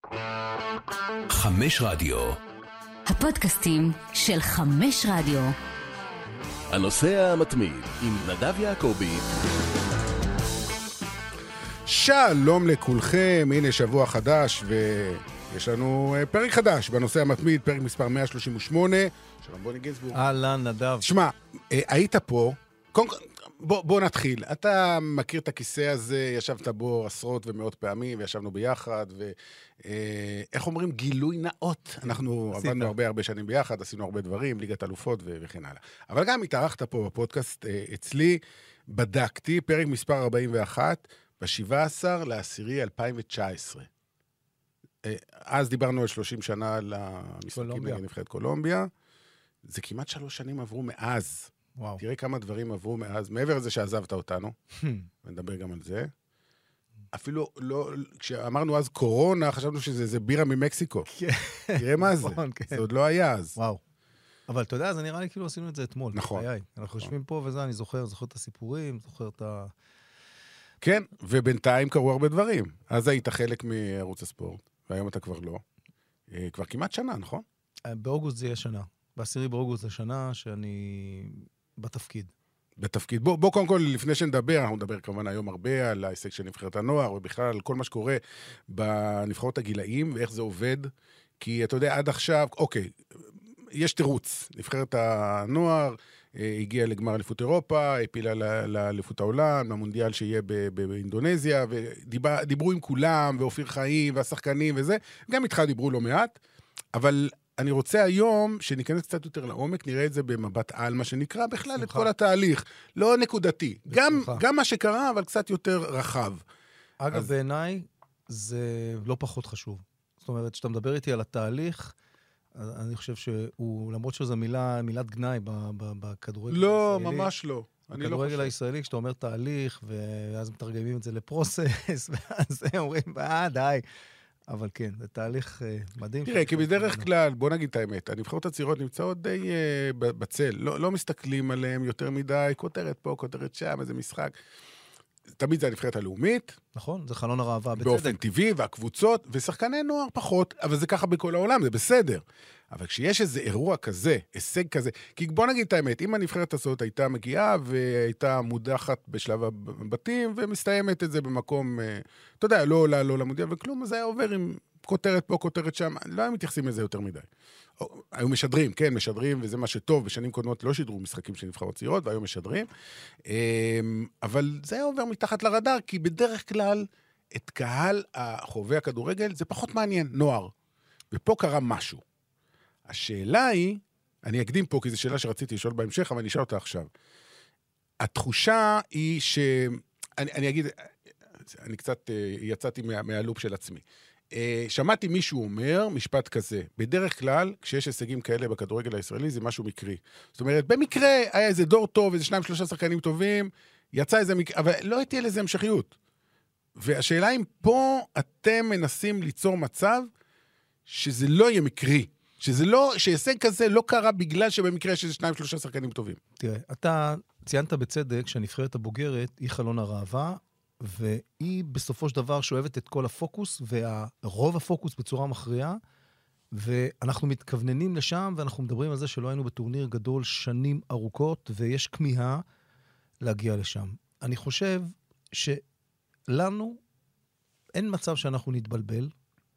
חמש רדיו. הפודקאסטים של חמש רדיו. הנוסע המתמיד עם נדב יעקבי. שלום לכולכם, הנה שבוע חדש ויש לנו פרק חדש בנושא המתמיד, פרק מספר 138. שלום בוני גינזבורג. אהלן נדב. שמע, היית פה, בוא נתחיל. אתה מכיר את הכיסא הזה, ישבת בו עשרות ומאות פעמים, וישבנו ביחד, ואיך אומרים, גילוי נאות. אנחנו עבדנו הרבה שנים ביחד, עשינו הרבה דברים, ליגת אלופות וכן הלאה. אבל גם התארחת פה בפודקאסט אצלי, בדקתי, פרק מספר 41, ב-17/10/2019. אז דיברנו על 30 שנה למשחקים נגד נבחרת קולומביה. זה כמעט 3 שנים עברו מאז. וואו. תראה כמה דברים עברו מאז, מעבר לזה שעזבת אותנו, ונדבר גם על זה. אפילו לא, כשאמרנו אז קורונה, חשבנו שזה בירה ממקסיקו. תראה מה זה, זה עוד לא היה אז. וואו. אבל אתה יודע, זה נראה לי כאילו עשינו את זה אתמול. נכון. אנחנו יושבים פה וזה, אני זוכר את הסיפורים, זוכר את ה... כן, ובינתיים קרו הרבה דברים. אז היית חלק מערוץ הספורט, והיום אתה כבר לא. כבר כמעט שנה, נכון? באוגוסט זה יהיה שנה. ב10 באוגוסט זה שנה שאני בתפקיד. בתפקיד. בוא קודם כל, לפני שנדבר, אנחנו נדבר כמובן היום הרבה על ההישג של נבחרת הנוער, ובכלל על כל מה שקורה בנבחרות הגילאים, ואיך זה עובד. כי אתה יודע, עד עכשיו, אוקיי, יש תירוץ. נבחרת הנוער הגיעה לגמר אליפות אירופה, הפילה לאליפות העולם, המונדיאל שיהיה באינדונזיה, ודיברו עם כולם, ואופיר חיים, והשחקנים וזה. גם איתך דיברו לא מעט, אבל אני רוצה היום שניכנס קצת יותר לעומק, נראה את זה במבט על, מה שנקרא בכלל את כל התהליך. לא נקודתי. גם מה שקרה, אבל קצת יותר רחב. אגב, בעיניי, זה לא פחות חשוב. זאת אומרת, כשאתה מדבר איתי על התהליך, אני חושב שהוא, למרות שזו מילת גנאי בכדורגל הישראלי. לא, ממש לא. בכדורגל הישראלי, כשאתה אומר תהליך, ואז מתרגמים את זה לפרוסס, ואז אומרים, די. אבל כן, זה תהליך מדהים. תראה, כי בדרך כלל, בוא נגיד את האמת, הנבחרות הצעירות נמצאות די בצל, לא מסתכלים עליהם יותר מדי, כותרת פה, כותרת שם, איזה משחק. תמיד זה הנבחרת הלאומית. נכון, זה חלון הראווה בצדק. באופן טבעי, והקבוצות, ושחקני נוער פחות, אבל זה ככה בכל העולם, זה בסדר. אבל כשיש איזה אירוע כזה, הישג כזה, כי בוא נגיד את האמת, אם הנבחרת הזאת הייתה מגיעה, והייתה מודחת בשלב הבתים, ומסתיימת את זה במקום, אתה יודע, לא עולה, לא למודיע וכלום, אז היה עובר עם כותרת פה, כותרת שם, לא היו מתייחסים לזה יותר מדי. היו משדרים, כן, משדרים, וזה מה שטוב, בשנים קודמות לא שידרו משחקים של נבחרות צעירות, והיום משדרים, אבל זה היה עובר מתחת לרדאר, כי בדרך כלל, את קהל החובבי הכדורגל, זה פחות מעניין, נוער. ופה קרה משהו. השאלה היא, אני אקדים פה, כי זו שאלה שרציתי לשאול בהמשך, אבל אני אשאל אותה עכשיו. התחושה היא אני אגיד, אני קצת יצאתי מהלופ של עצמי. שמעתי מישהו אומר, משפט כזה, בדרך כלל, כשיש הישגים כאלה בכדורגל הישראלי, זה משהו מקרי. זאת אומרת, במקרה היה איזה דור טוב, איזה 2-3 שחקנים טובים, יצא איזה מקרה, אבל לא הייתי על איזה המשכיות. והשאלה אם פה אתם מנסים ליצור מצב שזה לא יהיה מקרי. שהישג כזה לא קרה בגלל שבמקרה יש איזה 2-3 שחקנים טובים. תראה, אתה ציינת בצדק שהנבחרת הבוגרת היא חלון הראווה, והיא בסופו של דבר שואבת את כל הפוקוס, והרוב הפוקוס בצורה מכריעה, ואנחנו מתכווננים לשם, ואנחנו מדברים על זה שלא היינו בטורניר גדול שנים ארוכות, ויש כמיהה להגיע לשם. אני חושב שלנו אין מצב שאנחנו נתבלבל,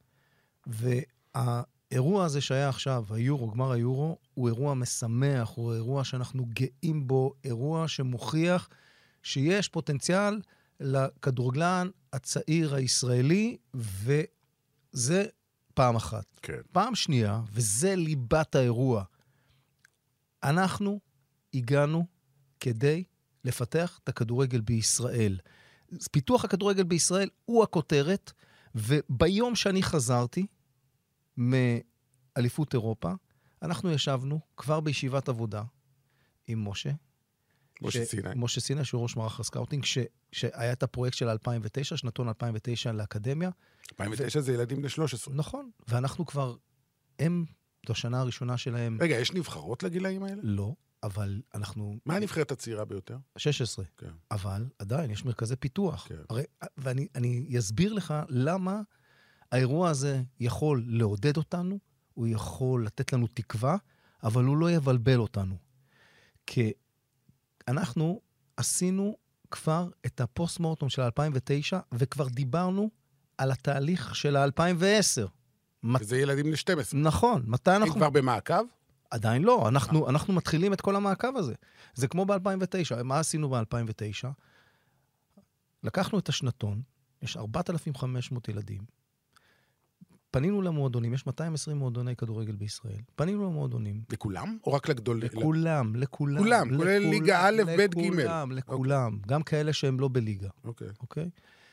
האירוע הזה שהיה עכשיו, גמר היורו, הוא אירוע משמח, הוא אירוע שאנחנו גאים בו, אירוע שמוכיח שיש פוטנציאל לכדורגלן הצעיר הישראלי, וזה פעם אחת. כן. פעם שנייה, וזה ליבת האירוע. אנחנו הגענו כדי לפתח את הכדורגל בישראל. פיתוח הכדורגל בישראל הוא הכותרת, וביום שאני חזרתי, מאליפות אירופה, אנחנו ישבנו כבר בישיבת עבודה עם משה סיני, שהוא ראש מערך הסקאוטינג, שהיה את הפרויקט של 2009, שנתון 2009 לאקדמיה. 2009 זה ילדים בני 13. נכון, ואנחנו כבר, זו השנה הראשונה שלהם. רגע, יש נבחרות לגילאים האלה? לא, אבל אנחנו... מה הנבחרת הצעירה ביותר? 16. כן. אבל עדיין יש מרכזי פיתוח. כן. ואני אסביר לך למה האירוע הזה יכול לעודד אותנו, הוא יכול לתת לנו תקווה, אבל הוא לא יבלבל אותנו. כי אנחנו עשינו כבר את הפוסט-מורטום של 2009, וכבר דיברנו על התהליך של 2010. וזה ילדים ל-12. נכון. מתי אנחנו... הם כבר במעקב? עדיין לא. אנחנו מתחילים את כל המעקב הזה. זה כמו ב-2009. מה עשינו ב-2009? לקחנו את השנתון, יש 4,500 ילדים, פנינו למועדונים, יש 220 מועדוני כדורגל בישראל, פנינו למועדונים. לכולם? או רק לגדול? לכולם. כולם, כולל ליגה א', ב', ג'. לכולם. גם כאלה שהם לא בליגה. אוקיי.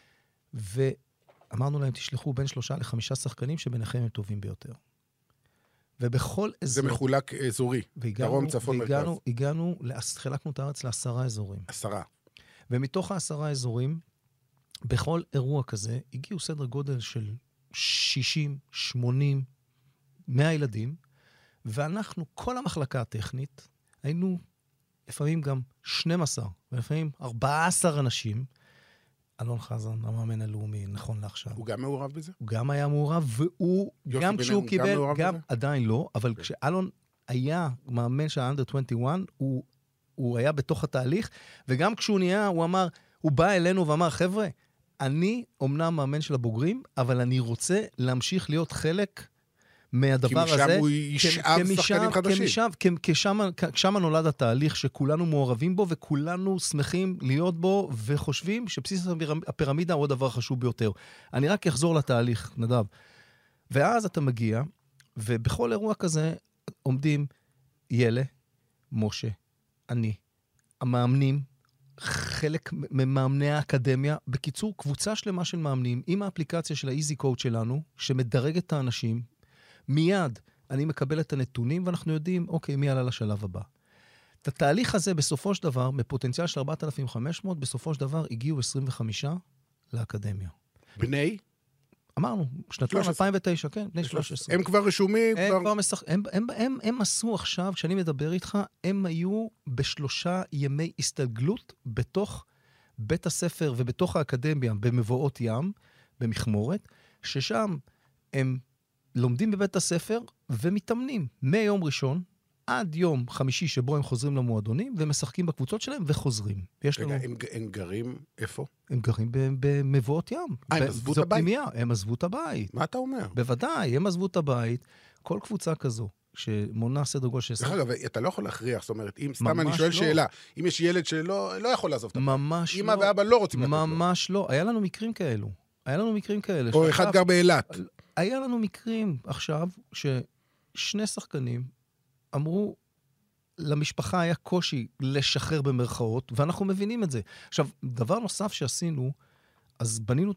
ואמרנו להם, תשלחו בין 3 ל5 שחקנים שביניכם הם טובים ביותר. ובכל אזור... זה מחולק אזורי, דרום, צפון, מרכז. חילקנו את הארץ ל10 אזורים. 10. ומתוך 10 אזורים, בכל אירוע כזה, הגיעו סדר גודל של 60, 80, 100 ילדים, ואנחנו, כל המחלקה הטכנית, היינו לפעמים גם 12, ולפעמים 14 אנשים. אלון חזן, המאמן הלאומי, נכון לעכשיו. הוא גם מעורב בזה? הוא גם היה מעורב, והוא, גם כשהוא קיבל, גם עדיין לא, אבל כשאלון היה מאמן של האנדר 21, הוא היה בתוך התהליך, וגם כשהוא נהיה, הוא אמר, הוא בא אלינו ואמר, חבר'ה, אני אומנם מאמן של הבוגרים, אבל אני רוצה להמשיך להיות חלק מהדבר הזה. כי משם הוא ישאב שחקנים חדשים. כשם נולד התהליך שכולנו מעורבים בו, וכולנו שמחים להיות בו, וחושבים שבסיס הפירמידה הוא הדבר חשוב ביותר. אני רק אחזור לתהליך, נדב. ואז אתה מגיע, ובכל אירוע כזה עומדים ילה, משה, אני, המאמנים, חלק ממאמני האקדמיה, בקיצור, קבוצה שלמה של מאמנים, עם האפליקציה של האיזי קוד שלנו, שמדרגת את האנשים, מיד אני מקבל את הנתונים, ואנחנו יודעים, אוקיי, מי עלה לשלב הבא. את התהליך הזה, בסופו של דבר, מפוטנציאל של 4,500, בסופו של דבר הגיעו 25 לאקדמיה. בני? אמרנו, שנתון 2009, כן, בני 13. הם כבר רשומים? הם עשו עכשיו, כשאני מדבר איתך, הם היו ב3 ימי הסתגלות בתוך בית הספר ובתוך האקדמיה, במבואות ים, במכמורת, ששם הם לומדים בבית הספר ומתאמנים מיום ראשון עד יום חמישי שבו הם חוזרים למועדונים, ומשחקים בקבוצות שלהם וחוזרים. רגע, הם גרים איפה? הם גרים במבואות ים. הם עזבו את הבית? הם עזבו את הבית. מה אתה אומר? בוודאי, הם עזבו את הבית. כל קבוצה כזו, שמונה סדר גודל של... דרך אגב, אתה לא יכול להכריח, זאת אומרת, אם סתם אני שואל שאלה, אם יש ילד שלא יכול לעזוב את הבית. ממש לא. אמא ואבא לא רוצים לתת לו. ממש לא. היה לנו מקרים כאלו. או אחד גר באילת. היה לנו מקרים עכשיו, ששני שחקנים אמרו, למשפחה היה קושי לשחרר במרכאות, ואנחנו מבינים את זה. עכשיו, דבר נוסף שעשינו, אז בנינו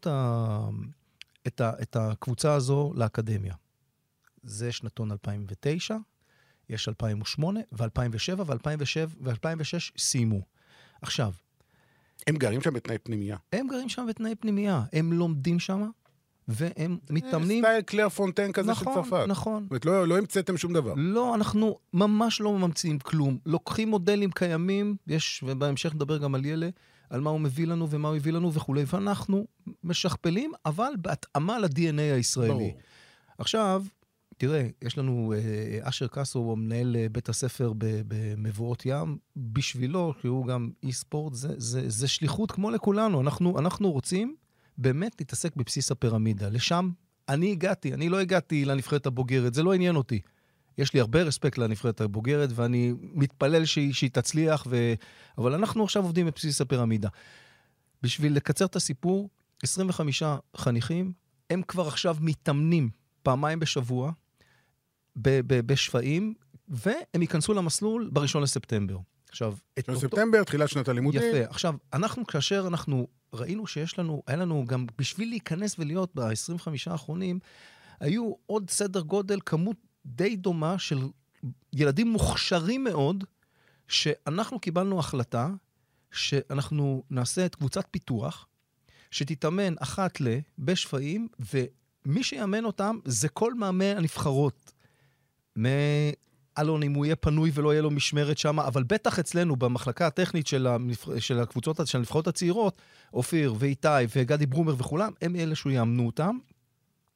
את הקבוצה הזו לאקדמיה. זה שנתון 2009, יש 2008, ו-2007, ו-2006 סיימו. עכשיו, הם גרים שם בתנאי פנימייה. הם לומדים שם, והם מתאמנים... סטייל קלר פונטן כזה של צרפת. נכון. זאת אומרת, לא המצאתם שום דבר. לא, אנחנו ממש לא ממציאים כלום. לוקחים מודלים קיימים, ובהמשך נדבר גם על ילה, על מה הוא מביא לנו ומה הוא הביא לנו וכו', ואנחנו משכפלים, אבל בהתאמה ל-DNA הישראלי. ברור. עכשיו, תראה, יש לנו אשר קאסו, הוא מנהל בית הספר במבואות ים, בשבילו, כי הוא גם אי-ספורט, זה שליחות כמו לכולנו. אנחנו רוצים באמת להתעסק בבסיס הפירמידה. לשם אני לא הגעתי לנבחרת הבוגרת, זה לא עניין אותי. יש לי הרבה רספקט לנבחרת הבוגרת, ואני מתפלל שהיא תצליח, אבל אנחנו עכשיו עובדים בבסיס הפירמידה. בשביל לקצר את הסיפור, 25 חניכים, הם כבר עכשיו מתאמנים פעמיים בשבוע, בשפעים, והם ייכנסו למסלול ב1 לספטמבר. עכשיו, בספטמבר, תחילת שנת הלימודים. יפה. עכשיו, כאשר אנחנו ראינו היה לנו גם, בשביל להיכנס ולהיות ב-25 האחרונים, היו עוד סדר גודל, כמות די דומה של ילדים מוכשרים מאוד, שאנחנו קיבלנו החלטה, שאנחנו נעשה את קבוצת פיתוח, שתתאמן אחת בשפעים, ומי שיאמן אותם זה כל מאמן הנבחרות. אלון, אם הוא יהיה פנוי ולא יהיה לו משמרת שם, אבל בטח אצלנו, במחלקה הטכנית של הקבוצות, של הנבחרות הצעירות, אופיר ואיתי וגדי ברומר וכולם, הם אלה שהוא יאמנו אותם.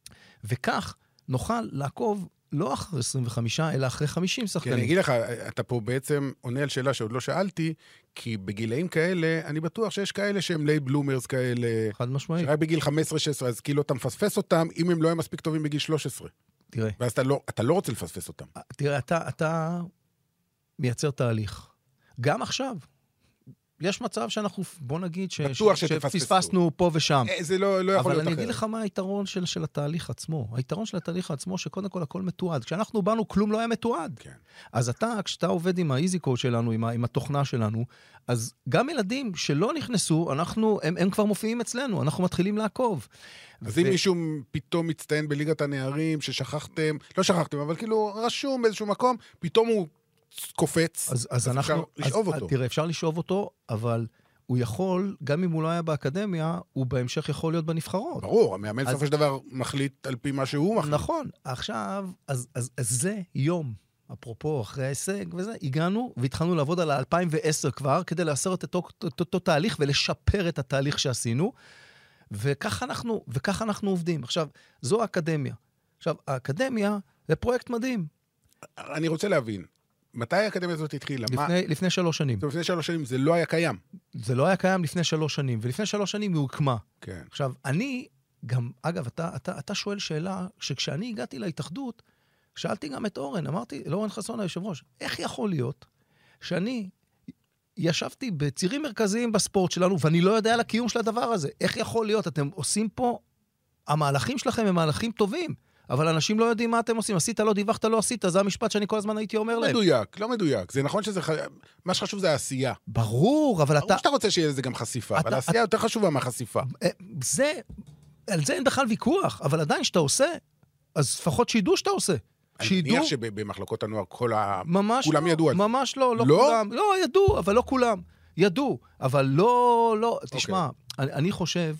וכך נוכל לעקוב לא אחרי 25, אלא אחרי 50 שחקנים. אני אגיד לך, אתה פה בעצם עונה על שאלה שעוד לא שאלתי, כי בגילאים כאלה, אני בטוח שיש כאלה שהם לייט בלומרס כאלה, חד משמעית. שרק בגיל 15-16, אז כאילו אתה מפספס אותם, אם הם לא הם מספיק טובים בגיל 13. תראה. ואז אתה לא רוצה לפספס אותם. תראה, אתה מייצר תהליך. גם עכשיו. יש מצב שאנחנו, בוא נגיד, שפספסנו פה ושם. זה לא יכול להיות אחרת. אבל אני אגיד לך מה היתרון של התהליך עצמו. היתרון של התהליך עצמו, שקודם כל הכל מתועד. כשאנחנו באנו, כלום לא היה מתועד. כן. אז כשאתה עובד עם האיזי קוד שלנו, עם התוכנה שלנו, אז גם ילדים שלא נכנסו, הם כבר מופיעים אצלנו, אנחנו מתחילים לעקוב. אז אם מישהו פתאום מצטיין בליגת הנערים, ששכחתם, לא שכחתם, אבל כאילו רשום באיזשהו מקום, פתאום הוא קופץ, אז אפשר לשאוב אותו. תראה, אפשר לשאוב אותו, אבל הוא יכול, גם אם הוא לא היה באקדמיה, הוא בהמשך יכול להיות בנבחרות. ברור, המאמן סופו של דבר מחליט על פי מה שהוא מחליט. נכון, עכשיו, אז זה יום, אפרופו, אחרי ההישג וזה, הגענו והתחלנו לעבוד על ה-2010 כבר, כדי לעשות את אותו תהליך ולשפר את התהליך שעשינו, וכך אנחנו עובדים. עכשיו, זו האקדמיה. עכשיו, האקדמיה זה פרויקט מדהים. אני רוצה להבין, מתי האקדמיה הזאת התחילה? לפני 3 שנים. לפני 3 שנים זה לא היה קיים. זה לא היה קיים לפני 3 שנים, ולפני 3 שנים היא הוקמה. כן. עכשיו, אני גם, אגב, אתה שואל שאלה, שכשאני הגעתי להתאחדות, שאלתי גם את אורן, אמרתי, לאורן חסון היושב ראש, איך יכול להיות שאני ישבתי בצירים מרכזיים בספורט שלנו, ואני לא יודע על הקיום של הדבר הזה. איך יכול להיות? אתם עושים פה, המהלכים שלכם הם מהלכים טובים, אבל אנשים לא יודעים מה אתם עושים. עשית, לא דיווחת, לא עשית. זה המשפט שאני כל הזמן הייתי אומר להם. לא מדויק. זה נכון שזה, מה שחשוב זה העשייה. ברור, אבל אתה... ברור שאתה רוצה שיהיה לזה גם חשיפה, אבל העשייה יותר חשובה מהחשיפה. על זה אין בכלל ויכוח, אבל עדיין שאתה עושה, אז לפחות שידעו שאתה עושה. אני מניח שבמחלקות הנוער כולם ידעו על זה. ממש לא כולם. לא, ידעו, אבל לא כולם. ידעו, אבל לא. תשמע, אני חושב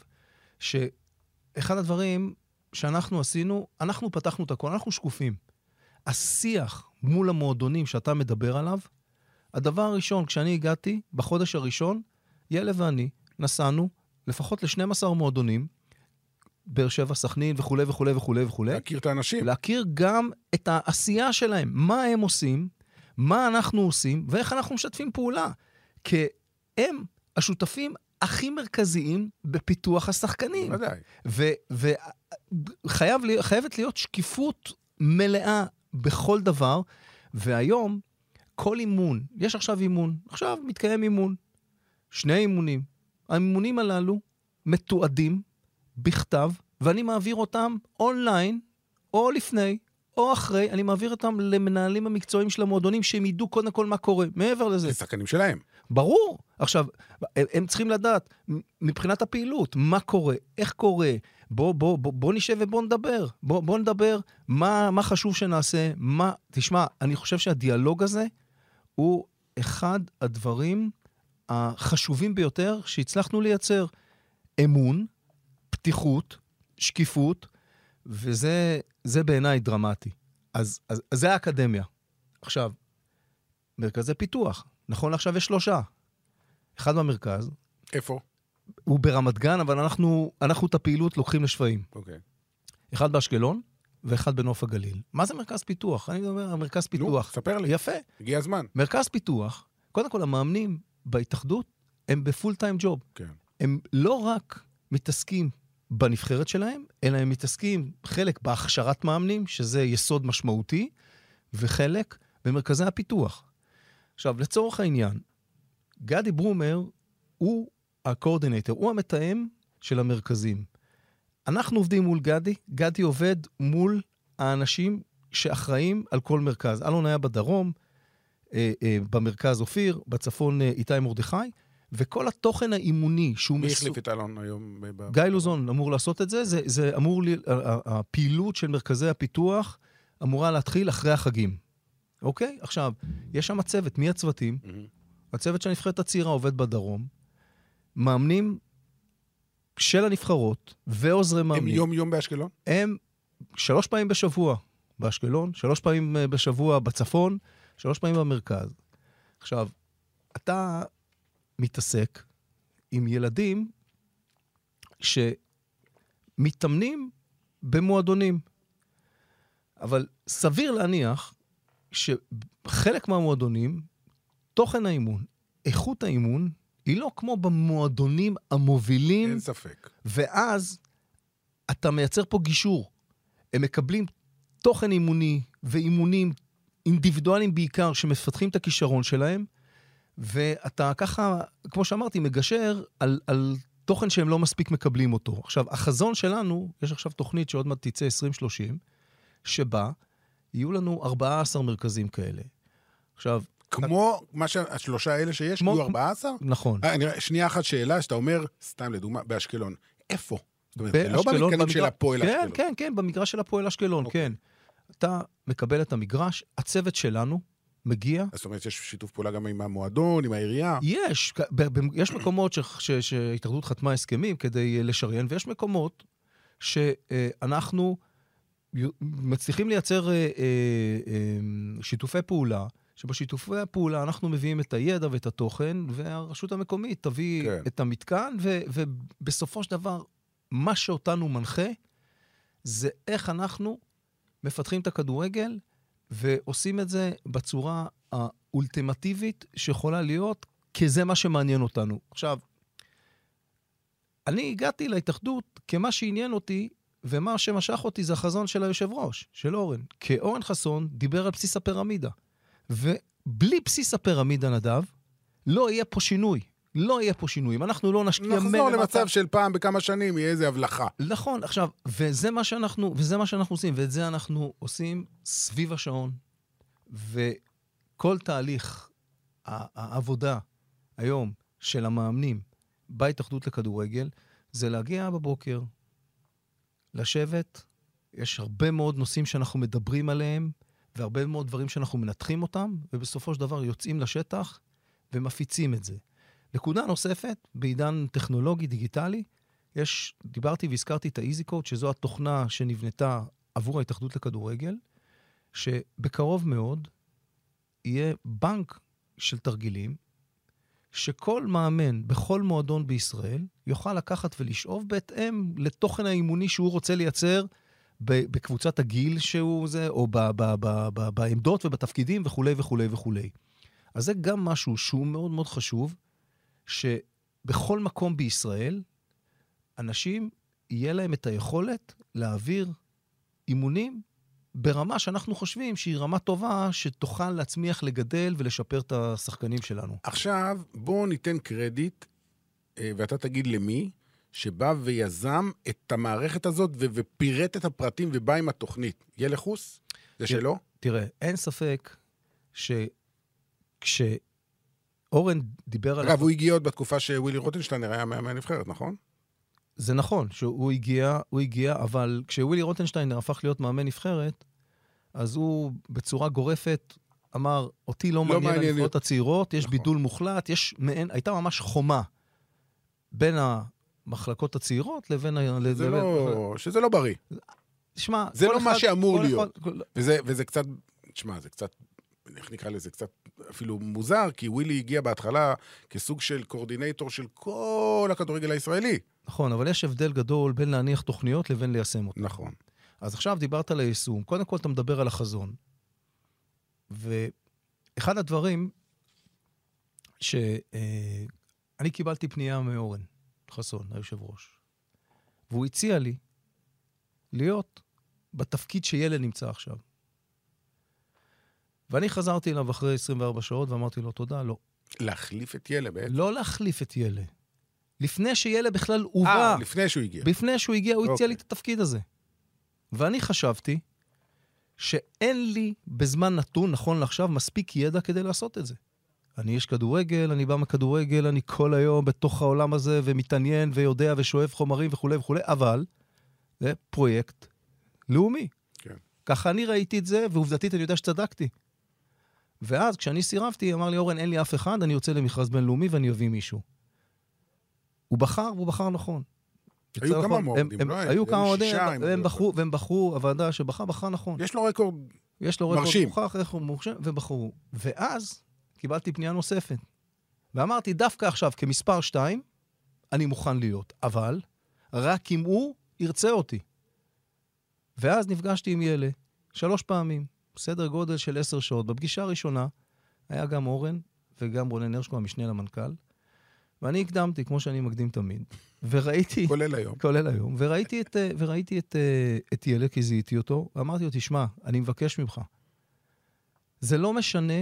שאחד הדברים שאנחנו עשינו, אנחנו פתחנו את הכל, אנחנו שקופים. השיח מול המועדונים שאתה מדבר עליו, הדבר הראשון, כשאני הגעתי, בחודש הראשון, ילד ואני נסענו לפחות ל-12 מועדונים, באר שבע, סכנין וכו' וכו' וכו' וכו'. להכיר את האנשים. להכיר גם את העשייה שלהם, מה הם עושים, מה אנחנו עושים, ואיך אנחנו משתפים פעולה. כי הם השותפים הכי מרכזיים בפיתוח השחקנים. ודאי. וחייבת להיות שקיפות מלאה בכל דבר, והיום כל אימון, יש עכשיו אימון, עכשיו מתקיים אימון, 2 אימונים. האימונים הללו מתועדים בכתב, ואני מעביר אותם אונליין, או לפני, או אחרי, אני מעביר אותם למנהלים המקצועיים של המועדונים, שהם ידעו קודם כל מה קורה, מעבר לזה. כשחקנים שלהם. ברור. עכשיו, הם צריכים לדעת, מבחינת הפעילות, מה קורה, איך קורה, בוא נשב ובוא נדבר. בוא נדבר מה חשוב שנעשה, תשמע, אני חושב שהדיאלוג הזה, הוא אחד הדברים החשובים ביותר, שהצלחנו לייצר אמון, פתיחות, שקיפות, וזה בעיניי דרמטי. אז זה האקדמיה. עכשיו, מרכזי פיתוח. נכון, עכשיו יש 3. אחד במרכז. איפה? הוא ברמת גן, אבל אנחנו את הפעילות לוקחים לשפעים. אוקיי. אחד באשקלון, ואחד בנוף הגליל. מה זה מרכז פיתוח? אני מדבר, מרכז פיתוח. ספר לי. יפה. הגיע הזמן. מרכז פיתוח, קודם כל, המאמנים בהתאחדות, הם בפול טיים ג'וב. כן. הם לא רק מתעסקים בנבחרת שלהם, אלא הם מתעסקים חלק בהכשרת מאמנים, שזה יסוד משמעותי, וחלק במרכזי הפיתוח. עכשיו, לצורך העניין, גדי ברומר הוא הקורדינטור, הוא המתאם של המרכזים. אנחנו עובדים מול גדי, גדי עובד מול האנשים שאחראים על כל מרכז. אלון היה בדרום, במרכז אופיר, בצפון איתי מרדכי, וכל התוכן האימוני שהוא מי החליף את אלון היום? גיא לוזון אמור לעשות את זה, זה אמור, הפעילות של מרכזי הפיתוח אמורה להתחיל אחרי החגים. אוקיי? עכשיו, יש שם הצוות, מי הצוותים? הצוות של הנבחרת הצעירה עובד בדרום, מאמנים של הנבחרות ועוזרי מאמנים. הם יום באשקלון? הם 3 פעמים בשבוע באשקלון, 3 פעמים בשבוע בצפון, 3 פעמים במרכז. עכשיו, אתה מתעסק עם ילדים שמתאמנים במועדונים. אבל סביר להניח שחלק מהמועדונים, תוכן האימון, איכות האימון, היא לא כמו במועדונים המובילים. אין ספק. ואז אתה מייצר פה גישור. הם מקבלים תוכן אימוני ואימונים אינדיבידואליים בעיקר, שמפתחים את הכישרון שלהם, ואתה ככה, כמו שאמרתי, מגשר על תוכן שהם לא מספיק מקבלים אותו. עכשיו, החזון שלנו, יש עכשיו תוכנית שעוד מעט תצא 2030, שבה יהיו לנו 14 מרכזים כאלה. עכשיו... כמו השלושה האלה שיש, יהיו 14? נכון. שנייה אחת שאלה, שאתה אומר, סתם לדוגמה, באשקלון, איפה? זאת אומרת, זה לא במתקנים של הפועל אשקלון. כן, כן, במגרש של הפועל אשקלון, כן. אתה מקבל את המגרש, הצוות שלנו מגיע. זאת אומרת, יש שיתוף פעולה גם עם המועדון, עם העירייה? יש מקומות שהתאחדות חתמה הסכמים כדי לשריין, ויש מקומות שאנחנו מצליחים לייצר שיתופי פעולה, שבשיתופי הפעולה אנחנו מביאים את הידע ואת התוכן, והרשות המקומית תביא את המתקן, ובסופו של דבר, מה שאותנו מנחה, זה איך אנחנו מפתחים את הכדורגל, ועושים את זה בצורה האולטימטיבית שיכולה להיות, כי זה מה שמעניין אותנו. עכשיו, אני הגעתי להתאחדות כמה שעניין אותי, ומה שמשך אותי זה החזון של היושב ראש, של אורן. כי אורן חסון דיבר על בסיס הפירמידה. ובלי בסיס הפירמידה, נדב, לא יהיה פה שינוי. לא יהיה פה שינוי. אם אנחנו לא נשקיע... נחזור למצב של פעם בכמה שנים, יהיה איזה הבלחה. נכון. עכשיו, וזה מה שאנחנו עושים, ואת זה אנחנו עושים סביב השעון. וכל תהליך העבודה היום של המאמנים בהתאחדות לכדורגל, זה להגיע בבוקר, לשבת, יש הרבה מאוד נושאים שאנחנו מדברים עליהם, והרבה מאוד דברים שאנחנו מנתחים אותם, ובסופו של דבר יוצאים לשטח ומפיצים את זה. נקודה נוספת, בעידן טכנולוגי דיגיטלי, דיברתי והזכרתי את ה-Easy Code, שזו התוכנה שנבנתה עבור ההתאחדות לכדורגל, שבקרוב מאוד יהיה בנק של תרגילים, שכל מאמן בכל מועדון בישראל יוכל לקחת ולשאוב בהתאם לתוכן האימוני שהוא רוצה לייצר בקבוצת הגיל שהוא זה, או בעמדות ובתפקידים וכו' וכו' וכו'. אז זה גם משהו שהוא מאוד מאוד חשוב, שבכל מקום בישראל, אנשים יהיה להם את היכולת להעביר אימונים ברמה שאנחנו חושבים שהיא רמה טובה, שתוכל להצמיח לגדל ולשפר את השחקנים שלנו. עכשיו, בואו ניתן קרדיט, ואתה תגיד למי, שבא ויזם את המערכת הזאת, ופירט את הפרטים ובא עם התוכנית. יהיה לחוס? זה שלא? תראה, אין ספק כשאורן דיבר על... אגב, הוא הגיע עוד בתקופה שווילי רוטנשטיינר היה מהנבחרת, נכון? זה נכון, שהוא הגיע, אבל כשווילי רוטנשטיינר הפך להיות מאמן נבחרת, אז הוא בצורה גורפת אמר, אותי לא מעניין הנבחרות הצעירות, יש בידול מוחלט, הייתה ממש חומה בין המחלקות הצעירות לבין... שזה לא בריא. תשמע, זה לא מה שאמור להיות. וזה קצת, תשמע, זה קצת, איך נקרא לזה, קצת אפילו מוזר, כי ווילי הגיע בהתחלה כסוג של קורדינטור של כל הכדורגל הישראלי. נכון, אבל יש הבדל גדול בין להניח תוכניות לבין ליישם אותן. נכון. אז עכשיו דיברת על היישום. קודם כל אתה מדבר על החזון. ואחד הדברים שאני קיבלתי פנייה מאורן חסון, היושב ראש. והוא הציע לי להיות בתפקיד שילד נמצא עכשיו. ואני חזרתי אליו אחרי 24 שעות ואמרתי לו, תודה, לא. להחליף את ילד בעצם? לא להחליף את ילד. לפני שילד בכלל הובא. לפני שהוא הגיע. לפני שהוא הגיע, הוא הציע לי את התפקיד הזה. ואני חשבתי שאין לי בזמן נתון, נכון לעכשיו, מספיק ידע כדי לעשות את זה. אני איש כדורגל, אני בא מכדורגל, אני כל היום בתוך העולם הזה, ומתעניין ויודע ושואב חומרים וכו' וכו', אבל זה פרויקט לאומי. כן. ככה אני ראיתי את זה, ועובדתית אני יודע שצדקתי. ואז כשאני סירבתי, אמר לי, אורן, אין לי אף אחד, אני יוצא למכרז בינלאומי ואני אביא מישהו. הוא בחר, והוא בחר נכון. היו כמה מועמדים, לא? היו כמה מועמדים, והם בחרו, הוועדה שבחר נכון. יש לו רקורד מרשים. והם בחרו. ואז קיבלתי פנייה נוספת. ואמרתי, דווקא עכשיו, כמספר 2, אני מוכן להיות. אבל, רק אם הוא ירצה אותי. ואז נפגשתי עם ילד, 3 פעמים, סדר גודל של 10 שעות. בפגישה הראשונה היה גם אורן וגם רונן הרשקו, המשנה למנכ"ל, ואני הקדמתי, כמו שאני מקדים תמיד, וראיתי... כולל היום. וראיתי את ילד, כי זיהיתי אותו, ואמרתי לו, תשמע, אני מבקש ממך. זה לא משנה,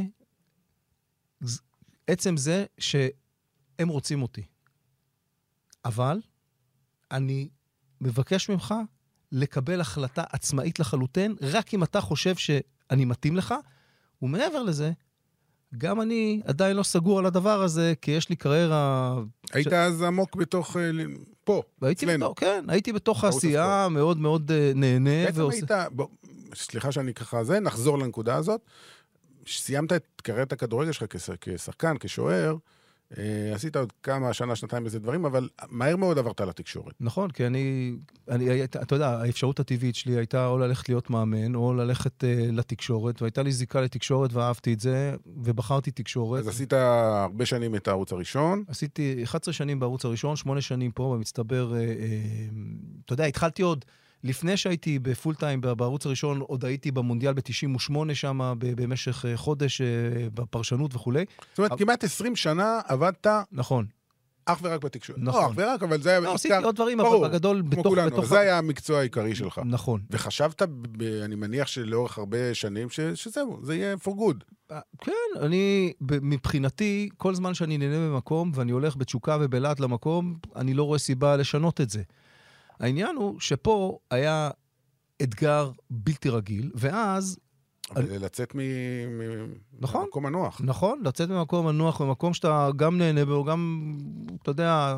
עצם זה שהם רוצים אותי. אבל אני מבקש ממך לקבל החלטה עצמאית לחלוטין, רק אם אתה חושב שאני מתאים לך, ומעבר לזה, גם אני עדיין לא סגור על הדבר הזה, כי יש לי קריירה... היית אז עמוק בתוך... פה, אצלנו. כן, הייתי בתוך העשייה, מאוד מאוד נהנה. בעצם היית... סליחה שאני ככה זה, נחזור לנקודה הזאת. סיימת את קריירת הכדורגל שלך כשחקן, כשוער, עשית עוד כמה שנה, שנתיים בזה דברים, אבל מהר מאוד עברת לתקשורת. נכון, כי אתה יודע, האפשרות הטבעית שלי הייתה או ללכת להיות מאמן, או ללכת לתקשורת, והייתה לי זיקה לתקשורת, ואהבתי את זה, ובחרתי תקשורת. אז עשית הרבה שנים את הערוץ הראשון? עשיתי 11 שנים בערוץ הראשון, 8 שנים פה, במצטבר, אתה יודע, התחלתי עוד, לפני שהייתי בפול טיים בערוץ הראשון, עוד הייתי במונדיאל ב-98 שם, במשך חודש, בפרשנות וכו'. זאת אומרת, כמעט 20 שנה עבדת... נכון. אך ורק בתקשורת. נכון. לא, אך ורק, אבל זה היה... לא, עשיתי עוד דברים, אבל בגדול... כמו כולנו, זה היה המקצוע העיקרי שלך. נכון. וחשבת, אני מניח שלאורך הרבה שנים, שזהו, זה יהיה for good. כן, מבחינתי, כל זמן שאני נהנה במקום, ואני הולך בתשוקה ובלעט למקום, אני לא רואה סיבה לשנות את זה. העניין הוא שפה היה אתגר בלתי רגיל, ואז... לצאת ממקום הנוח. נכון, לצאת ממקום הנוח, במקום שאתה גם נהנה בו, גם, אתה יודע,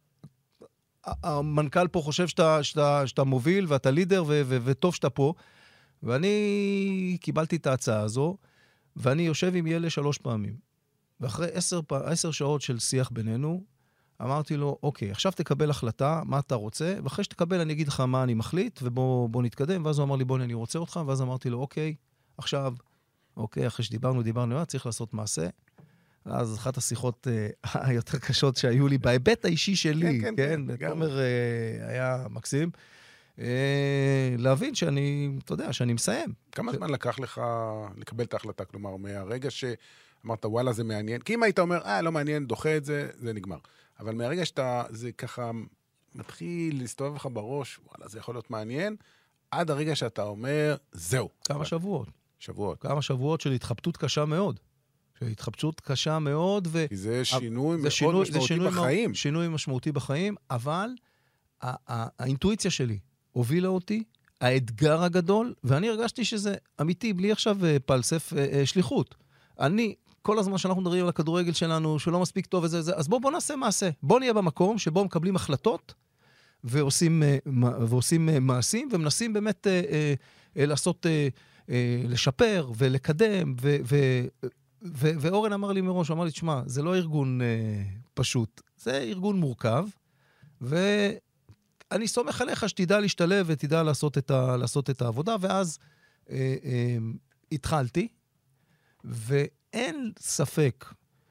המנכ"ל פה חושב שאתה מוביל, ואתה לידר, וטוב שאתה פה. ואני קיבלתי את ההצעה הזו, ואני יושב עם ילד 3 פעמים. ואחרי 10 שעות של שיח בינינו, אמרתי לו, אוקיי, עכשיו תקבל החלטה, מה אתה רוצה, ואחרי שתקבל אני אגיד לך מה אני מחליט, ובוא נתקדם, ואז הוא אמר לי, בוא, אני רוצה אותך, ואז אמרתי לו, אוקיי, עכשיו, אוקיי, אחרי שדיברנו, צריך לעשות מעשה. אז אחת השיחות היותר קשות שהיו לי, בהיבט האישי שלי, כן, תומר היה מקסים, להבין שאני, אתה יודע, שאני מסיים. כמה זמן לקח לך לקבל את ההחלטה? כלומר, מהרגע שאמרת, וואלה, זה מעניין, כי אם היית אומר, לא מעניין, דוחה את זה, זה נגמר. אבל מהרגע זה ככה מתחיל להסתובב לך בראש, וואלה, זה יכול להיות מעניין, עד הרגע שאתה אומר, זהו. כמה שבועות. כמה שבועות של התחבטות קשה מאוד. כי זה שינוי מאוד משמעותי בחיים. שינוי משמעותי בחיים, אבל האינטואיציה שלי הובילה אותי, האתגר הגדול, ואני הרגשתי שזה אמיתי, בלי עכשיו פלסף שליחות. כל הזמן שאנחנו מדברים על הכדורגל שלנו, שלא מספיק טוב וזה, אז בוא נעשה מעשה. בוא נהיה במקום שבו מקבלים החלטות, ועושים מעשים, ומנסים באמת לעשות, לשפר ולקדם, ואורן אמר לי מראש, אמר לי, תשמע, זה לא ארגון פשוט, זה ארגון מורכב, ואני סומך עליך שתדע להשתלב ותדע לעשות את העבודה, ואז התחלתי, ואין ספק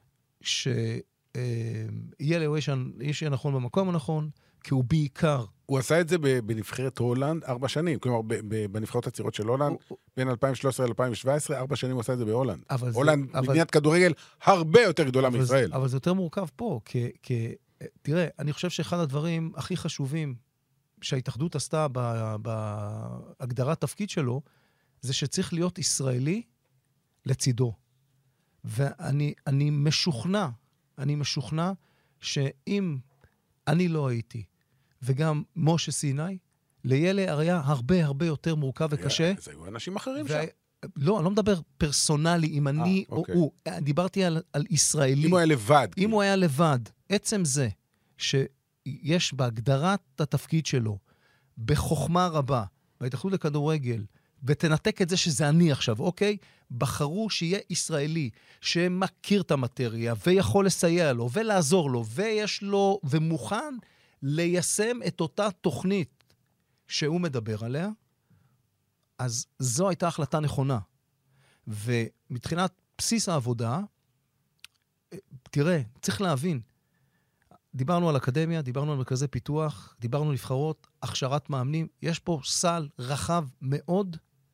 שיהיה נכון במקום הנכון, כי הוא בעיקר... הוא עשה את זה בנבחרת הולנד 4 שנים, כלומר בנבחרות הצעירות של הולנד, בין 2013 ל-2017, 4 שנים הוא עשה את זה בהולנד. הולנד מדינת כדורגל הרבה יותר גדולה מישראל. אבל זה יותר מורכב פה, כי תראה, אני חושב שאחד הדברים הכי חשובים שההתאחדות עשתה בהגדרת תפקיד שלו, זה שצריך להיות ישראלי לצידו. ואני משוכנע שאם אני לא הייתי, וגם משה סיני, לילה היה הרבה הרבה יותר מורכב וקשה. זה היו אנשים אחרים שם. לא, אני לא מדבר פרסונלי, אם אני או הוא. דיברתי על ישראלי. אם הוא היה לבד. אם הוא היה לבד. עצם זה שיש בהגדרת התפקיד שלו, בחוכמה רבה, בהתאחדות לכדורגל, ותנתק את זה שזה אני עכשיו, אוקיי? בחרו שיהיה ישראלי, שמכיר את המטריה, ויכול לסייע לו, ולעזור לו, ויש לו, ומוכן ליישם את אותה תוכנית שהוא מדבר עליה, אז זו הייתה החלטה נכונה. ומתחינת בסיס העבודה, תראה, צריך להבין, דיברנו על אקדמיה, דיברנו על מרכזי פיתוח, דיברנו על נבחרות, הכשרת מאמנים, יש פה סל רחב מאוד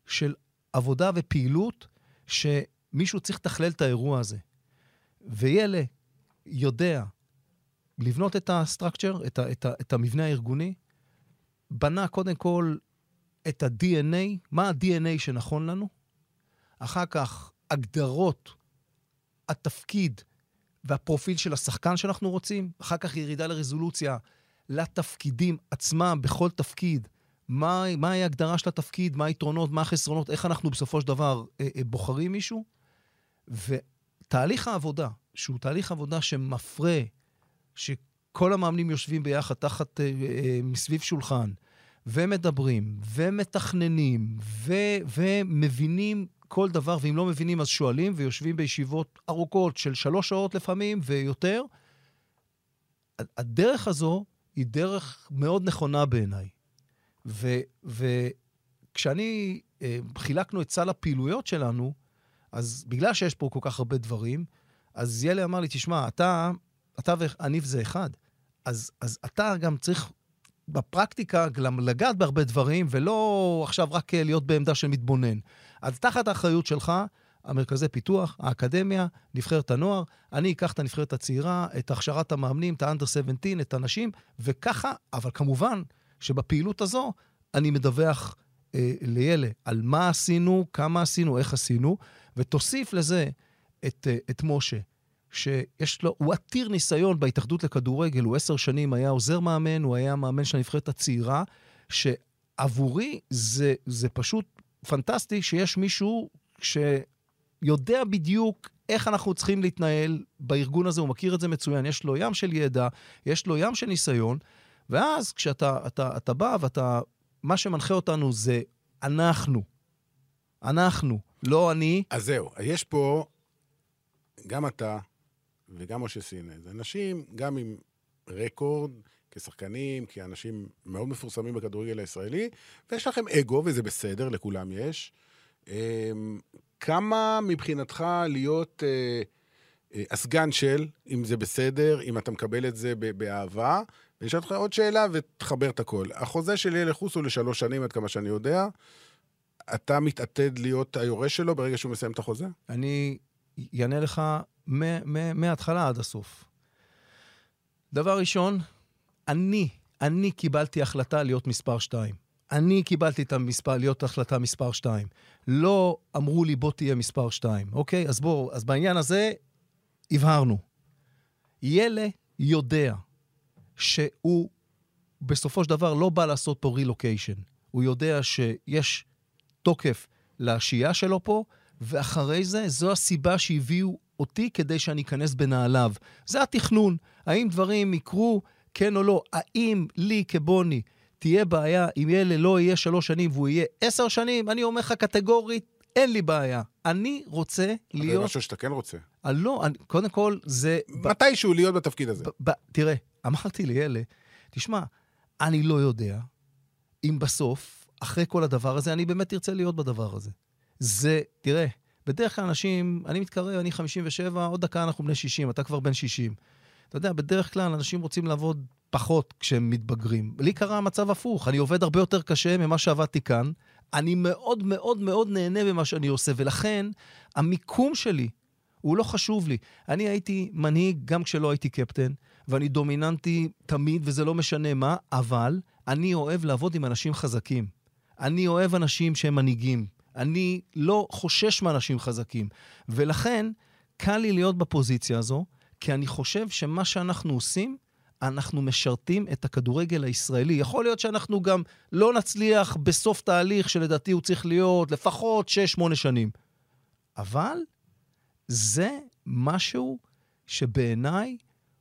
של עבודה ופעילות שמישהו צריך לתכלל את האירוע הזה. וילה יודע לבנות את הסטרקצ'ר, את המבנה הארגוני, בנה קודם כל את ה-DNA, מה ה-DNA שנכון לנו, אחר כך הגדרות, התפקיד והפרופיל של השחקן שאנחנו רוצים, אחר כך ירידה לרזולוציה, לתפקידים עצמם בכל תפקיד, מהי ההגדרה של התפקיד, מה היתרונות, מה החסרונות, איך אנחנו בסופו של דבר בוחרים מישהו, ותהליך העבודה, שהוא תהליך עבודה שמפרה, שכל המאמנים יושבים ביחד תחת מסביב שולחן, ומדברים, ומתכננים, ומבינים כל דבר, ואם לא מבינים אז שואלים, ויושבים בישיבות ארוכות של 3 שעות לפעמים ויותר. הדרך הזו היא דרך מאוד נכונה בעיניי. וכשאני חילקנו את סל הפעילויות שלנו, אז בגלל שיש פה כל כך הרבה דברים, אז ילה אמר לי, תשמע, אתה ואני זה אחד. אז אתה גם צריך בפרקטיקה גם לגעת בהרבה דברים, ולא עכשיו רק להיות בעמדה של מתבונן. אז תחת האחריות שלך, המרכזי פיתוח, האקדמיה, נבחרת הנוער, אני אקח את הנבחרת הצעירה, את הכשרת המאמנים, את האנדר 17, את הנשים, וככה, אבל כמובן שבפעילות הזו אני מדווח לילה על מה עשינו, כמה עשינו, איך עשינו, ותוסיף לזה את משה, שיש לו, הוא עתיר ניסיון בהתאחדות לכדורגל, הוא 10 שנים היה עוזר מאמן, הוא היה מאמן של הנבחרת הצעירה, שעבורי זה פשוט פנטסטי שיש מישהו שיודע בדיוק איך אנחנו צריכים להתנהל בארגון הזה, הוא מכיר את זה מצוין, יש לו ים של ידע, יש לו ים של ניסיון, ואז כשאתה בא ואתה, מה שמנחה אותנו זה אנחנו, לא אני. אז זהו, יש פה גם אתה וגם משה סינה, זה אנשים גם עם רקורד כשחקנים, כאנשים מאוד מפורסמים בכדורגל הישראלי, ויש לכם אגו, וזה בסדר, לכולם יש. כמה מבחינתך להיות הסגן של, אם זה בסדר, אם אתה מקבל את זה באהבה, ויש לך עוד שאלה ותחבר את הכל. החוזה של ילד חוס הוא ל3 שנים, עד כמה שאני יודע. אתה מתעתד להיות היורש שלו ברגע שהוא מסיים את החוזה? אני יענה לך מההתחלה עד הסוף. דבר ראשון, אני קיבלתי החלטה להיות מספר 2. אני קיבלתי את להיות החלטה מספר 2. לא אמרו לי בוא תהיה מספר 2. אוקיי? אז בעניין הזה הבהרנו. ילד יודע שהוא בסופו של דבר לא בא לעשות פה רילוקיישן. הוא יודע שיש תוקף לשהייה שלו פה, ואחרי זה, זו הסיבה שהביאו אותי כדי שאני אכנס בנעליו. זה התכנון. האם דברים יקרו, כן או לא? האם לי כבוני תהיה בעיה אם ילד לא יהיה 3 שנים והוא יהיה 10 שנים? אני אומר לך קטגורית, אין לי בעיה. אני רוצה להיות... זה משהו שאתה כן רוצה. לא, קודם כל זה... מתישהו להיות בתפקיד הזה. תראה, אמרתי לילד, תשמע, אני לא יודע אם בסוף, אחרי כל הדבר הזה, אני באמת ארצה להיות בדבר הזה. זה, תראה, בדרך כלל אנשים, אני מתקרב, אני 57, עוד דקה אנחנו בני 60, אתה כבר בן 60. אתה יודע, בדרך כלל אנשים רוצים לעבוד פחות כשהם מתבגרים. לי קרה המצב הפוך, אני עובד הרבה יותר קשה ממה שעבדתי כאן, אני מאוד מאוד מאוד נהנה במה שאני עושה, ולכן המיקום שלי הוא לא חשוב לי. אני הייתי מנהיג גם כשלא הייתי קפטן, ואני דומיננטי תמיד, וזה לא משנה מה, אבל אני אוהב לעבוד עם אנשים חזקים. אני אוהב אנשים שהם מנהיגים. אני לא חושש מאנשים חזקים. ולכן, קל לי להיות בפוזיציה הזו, כי אני חושב שמה שאנחנו עושים, אנחנו משרתים את הכדורגל הישראלי. יכול להיות שאנחנו גם לא נצליח בסוף תהליך, שלדעתי הוא צריך להיות לפחות 6-8 שנים. אבל זה משהו שבעיניי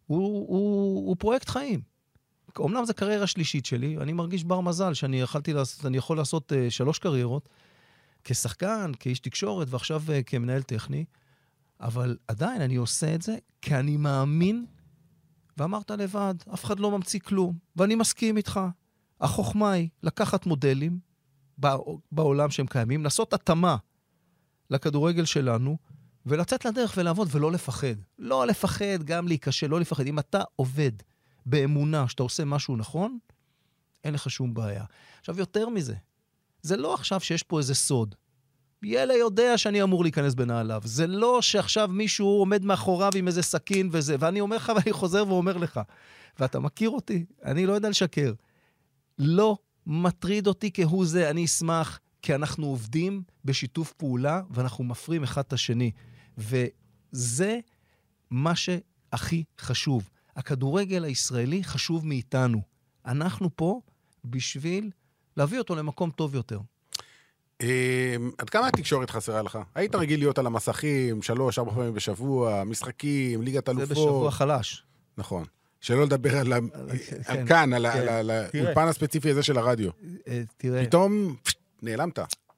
הוא פרויקט חיים. אומנם זו קריירה שלישית שלי, אני מרגיש בר מזל שאני יכול לעשות 3 קריירות, כשחקן, כאיש תקשורת, ועכשיו כמנהל טכני, אבל עדיין אני עושה את זה, כי אני מאמין, ואמרת לבד, אף אחד לא ממציא כלום, ואני מסכים איתך. החוכמה היא לקחת מודלים בעולם שהם קיימים, לעשות התאמה לכדורגל שלנו, ולצאת לדרך ולעבוד ולא לפחד. לא לפחד, גם להיקשה, לא לפחד. אם אתה עובד באמונה שאתה עושה משהו נכון, אין לך שום בעיה. עכשיו, יותר מזה, זה לא עכשיו שיש פה איזה סוד. ילד יודע שאני אמור להיכנס בנעליו. זה לא שעכשיו מישהו עומד מאחוריו עם איזה סכין וזה, ואני אומר לך ואני חוזר ואומר לך. ואתה מכיר אותי, אני לא יודע לשקר. לא מטריד אותי כהוא זה, אני אשמח, כי אנחנו עובדים בשיתוף פעולה, ואנחנו מפרים אחד את השני. וזה מה שהכי חשוב. הכדורגל הישראלי חשוב מאיתנו. אנחנו פה בשביל להביא אותו למקום טוב יותר. עד כמה התקשורת חסרה לך? היית רגיל להיות על המסכים, 3-4 פעמים בשבוע, משחקים, ליגת אלופות. זה בשבוע חלש. נכון. שלא לדבר על כאן, על האולפן הספציפי הזה של הרדיו. תראה. פתאום נעלמת.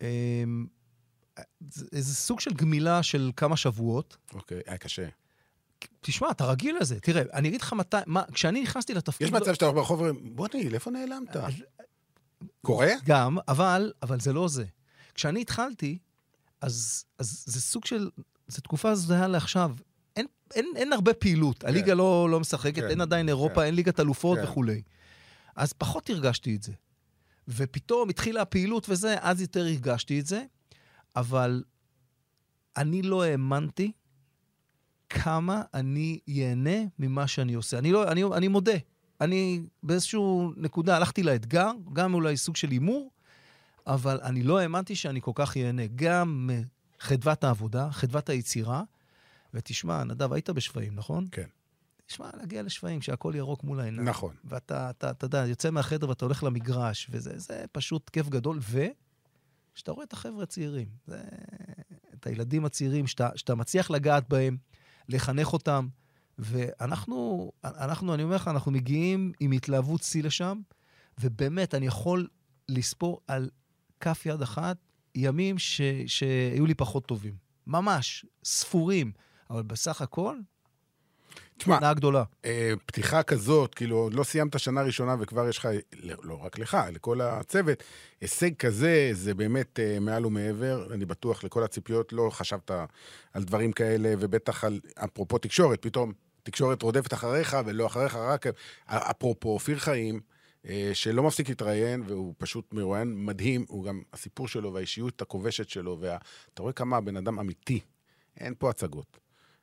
זה סוג של גמילה של כמה שבועות. אוקיי, היה קשה. תשמע, אתה רגיל לזה. תראה, אני אגיד לך מתי, כשאני נכנסתי לתפקיד... יש מצב שאתה ברחוב ואומרים, בוא נהיל, איפה נעלמת? קורה? גם, אבל זה לא זה. כשאני התחלתי, אז זה סוג של... זו תקופה זהה לעכשיו. אין הרבה פעילות. הליגה לא משחקת, אין עדיין אירופה, אין ליגת אלופות וכו'. אז פחות הרגשתי את זה. ופתאום התחילה הפעילות וזה, אז יותר הרגשתי את זה, אבל אני לא האמנתי כמה אני ייהנה ממה שאני עושה. אני מודה. אני באיזשהו נקודה הלכתי לאתגר, גם אולי סוג של אימור, אבל אני לא האמנתי שאני כל כך ייהנה. גם חדוות העבודה, חדוות היצירה, ותשמע, נדב, היית בשפעים, נכון? כן. תשמע, להגיע לשפעים, שהכל ירוק מול העיניים. נכון. ואתה, אתה יודע, יוצא מהחדר ואתה הולך למגרש, וזה פשוט כיף גדול, שאתה רואה את החבר'ה הצעירים, את הילדים הצעירים, שאתה מצליח לגעת בהם, לחנך אותם, ואנחנו, אני אומר לך, אנחנו מגיעים עם התלהבות שיא לשם, ובאמת, אני יכול לספור על כף יד אחת, ימים שהיו לי פחות טובים. ממש, ספורים. אבל בסך הכל, תשמע, גדולה. פתיחה כזאת, כאילו, לא סיימת שנה ראשונה וכבר יש לך, לא רק לך, לכל הצוות, הישג כזה, זה באמת מעל ומעבר, אני בטוח לכל הציפיות, לא חשבת על דברים כאלה, ובטח על, אפרופו תקשורת, פתאום תקשורת רודפת אחריך ולא אחריך, רק אפרופו אופיר חיים, שלא מפסיק להתראיין, והוא פשוט מרואיין מדהים, הוא גם הסיפור שלו והאישיות הכובשת שלו, ואתה רואה כמה הבן אדם אמיתי, אין פה הצגות.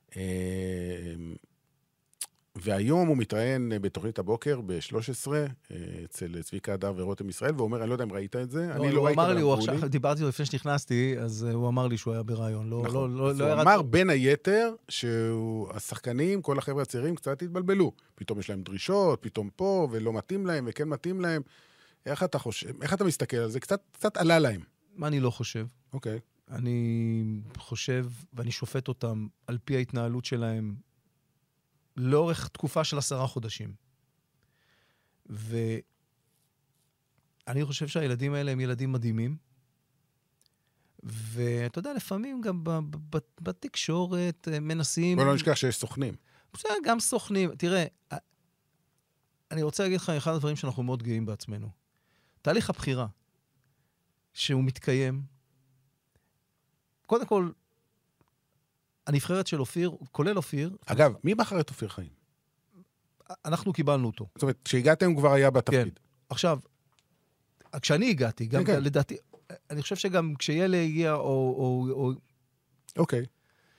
והיום הוא מתראיין בתוכנית הבוקר ב-13 אצל צביקה הדר ורותם ישראל, והוא אומר, אני לא יודע אם ראית את זה, אני לא ראיתי. הוא אמר לי, הוא עכשיו, דיברתי לו לפני שנכנסתי, אז הוא אמר לי שהוא היה ברעיון. הוא אמר בין היתר שהשחקנים, כל החבר'ה הצעירים קצת התבלבלו. פתאום יש להם דרישות, פתאום פה, ולא מתאים להם, וכן מתאים להם. איך אתה חושב, איך אתה מסתכל על זה? קצת עלה להם. מה אני לא חושב? אוקיי. אני חושב, ואני שופט אותם על פי ההתנהלות שלהם, לאורך תקופה של 10 חודשים. ואני חושב שהילדים האלה הם ילדים מדהימים, ואתה יודע, לפעמים גם בתקשורת מנסים... בוא לא נשכח שיש סוכנים. בסדר, גם סוכנים. תראה, אני רוצה להגיד לך אחד הדברים שאנחנו מאוד גאים בעצמנו. תהליך הבחירה, שהוא מתקיים, קודם כל, הנבחרת של אופיר, כולל אופיר... אגב, מי בחר את אופיר חיים? אנחנו קיבלנו אותו. זאת אומרת, כשהגעתם הוא כבר היה בתפקיד. כן. עכשיו, כשאני הגעתי, גם כן. לדעתי, אני חושב שגם כשילד הגיע, אוקיי.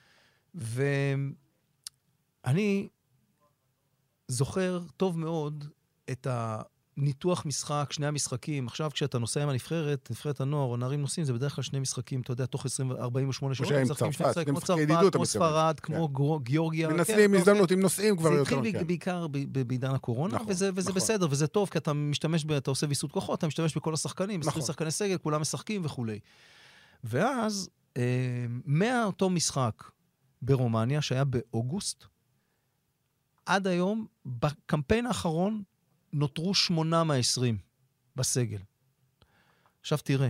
ואני זוכר טוב מאוד את ניתוח משחק, שני המשחקים. עכשיו, כשאתה נוסע עם הנבחרת, נבחרת הנוער או נערים נוסעים, זה בדרך כלל 2 משחקים, אתה יודע, תוך 48 שעות. כמו צרפת, כמו ספרד, כמו גיאורגיה. מנסים הזדמנות, אם נוסעים כבר יותר. זה התחיל בעיקר בעידן הקורונה, וזה בסדר, וזה טוב, כי אתה משתמש, אתה עושה ויסות כוחות, אתה משתמש בכל השחקנים, 20 שחקני סגל, כולם משחקים וכו'. ואז, מאותו משחק ברומניה, שהיה באוגוסט, עד היום, בקמפיין האחרון, נותרו 8 מה-20 בסגל. עכשיו תראה,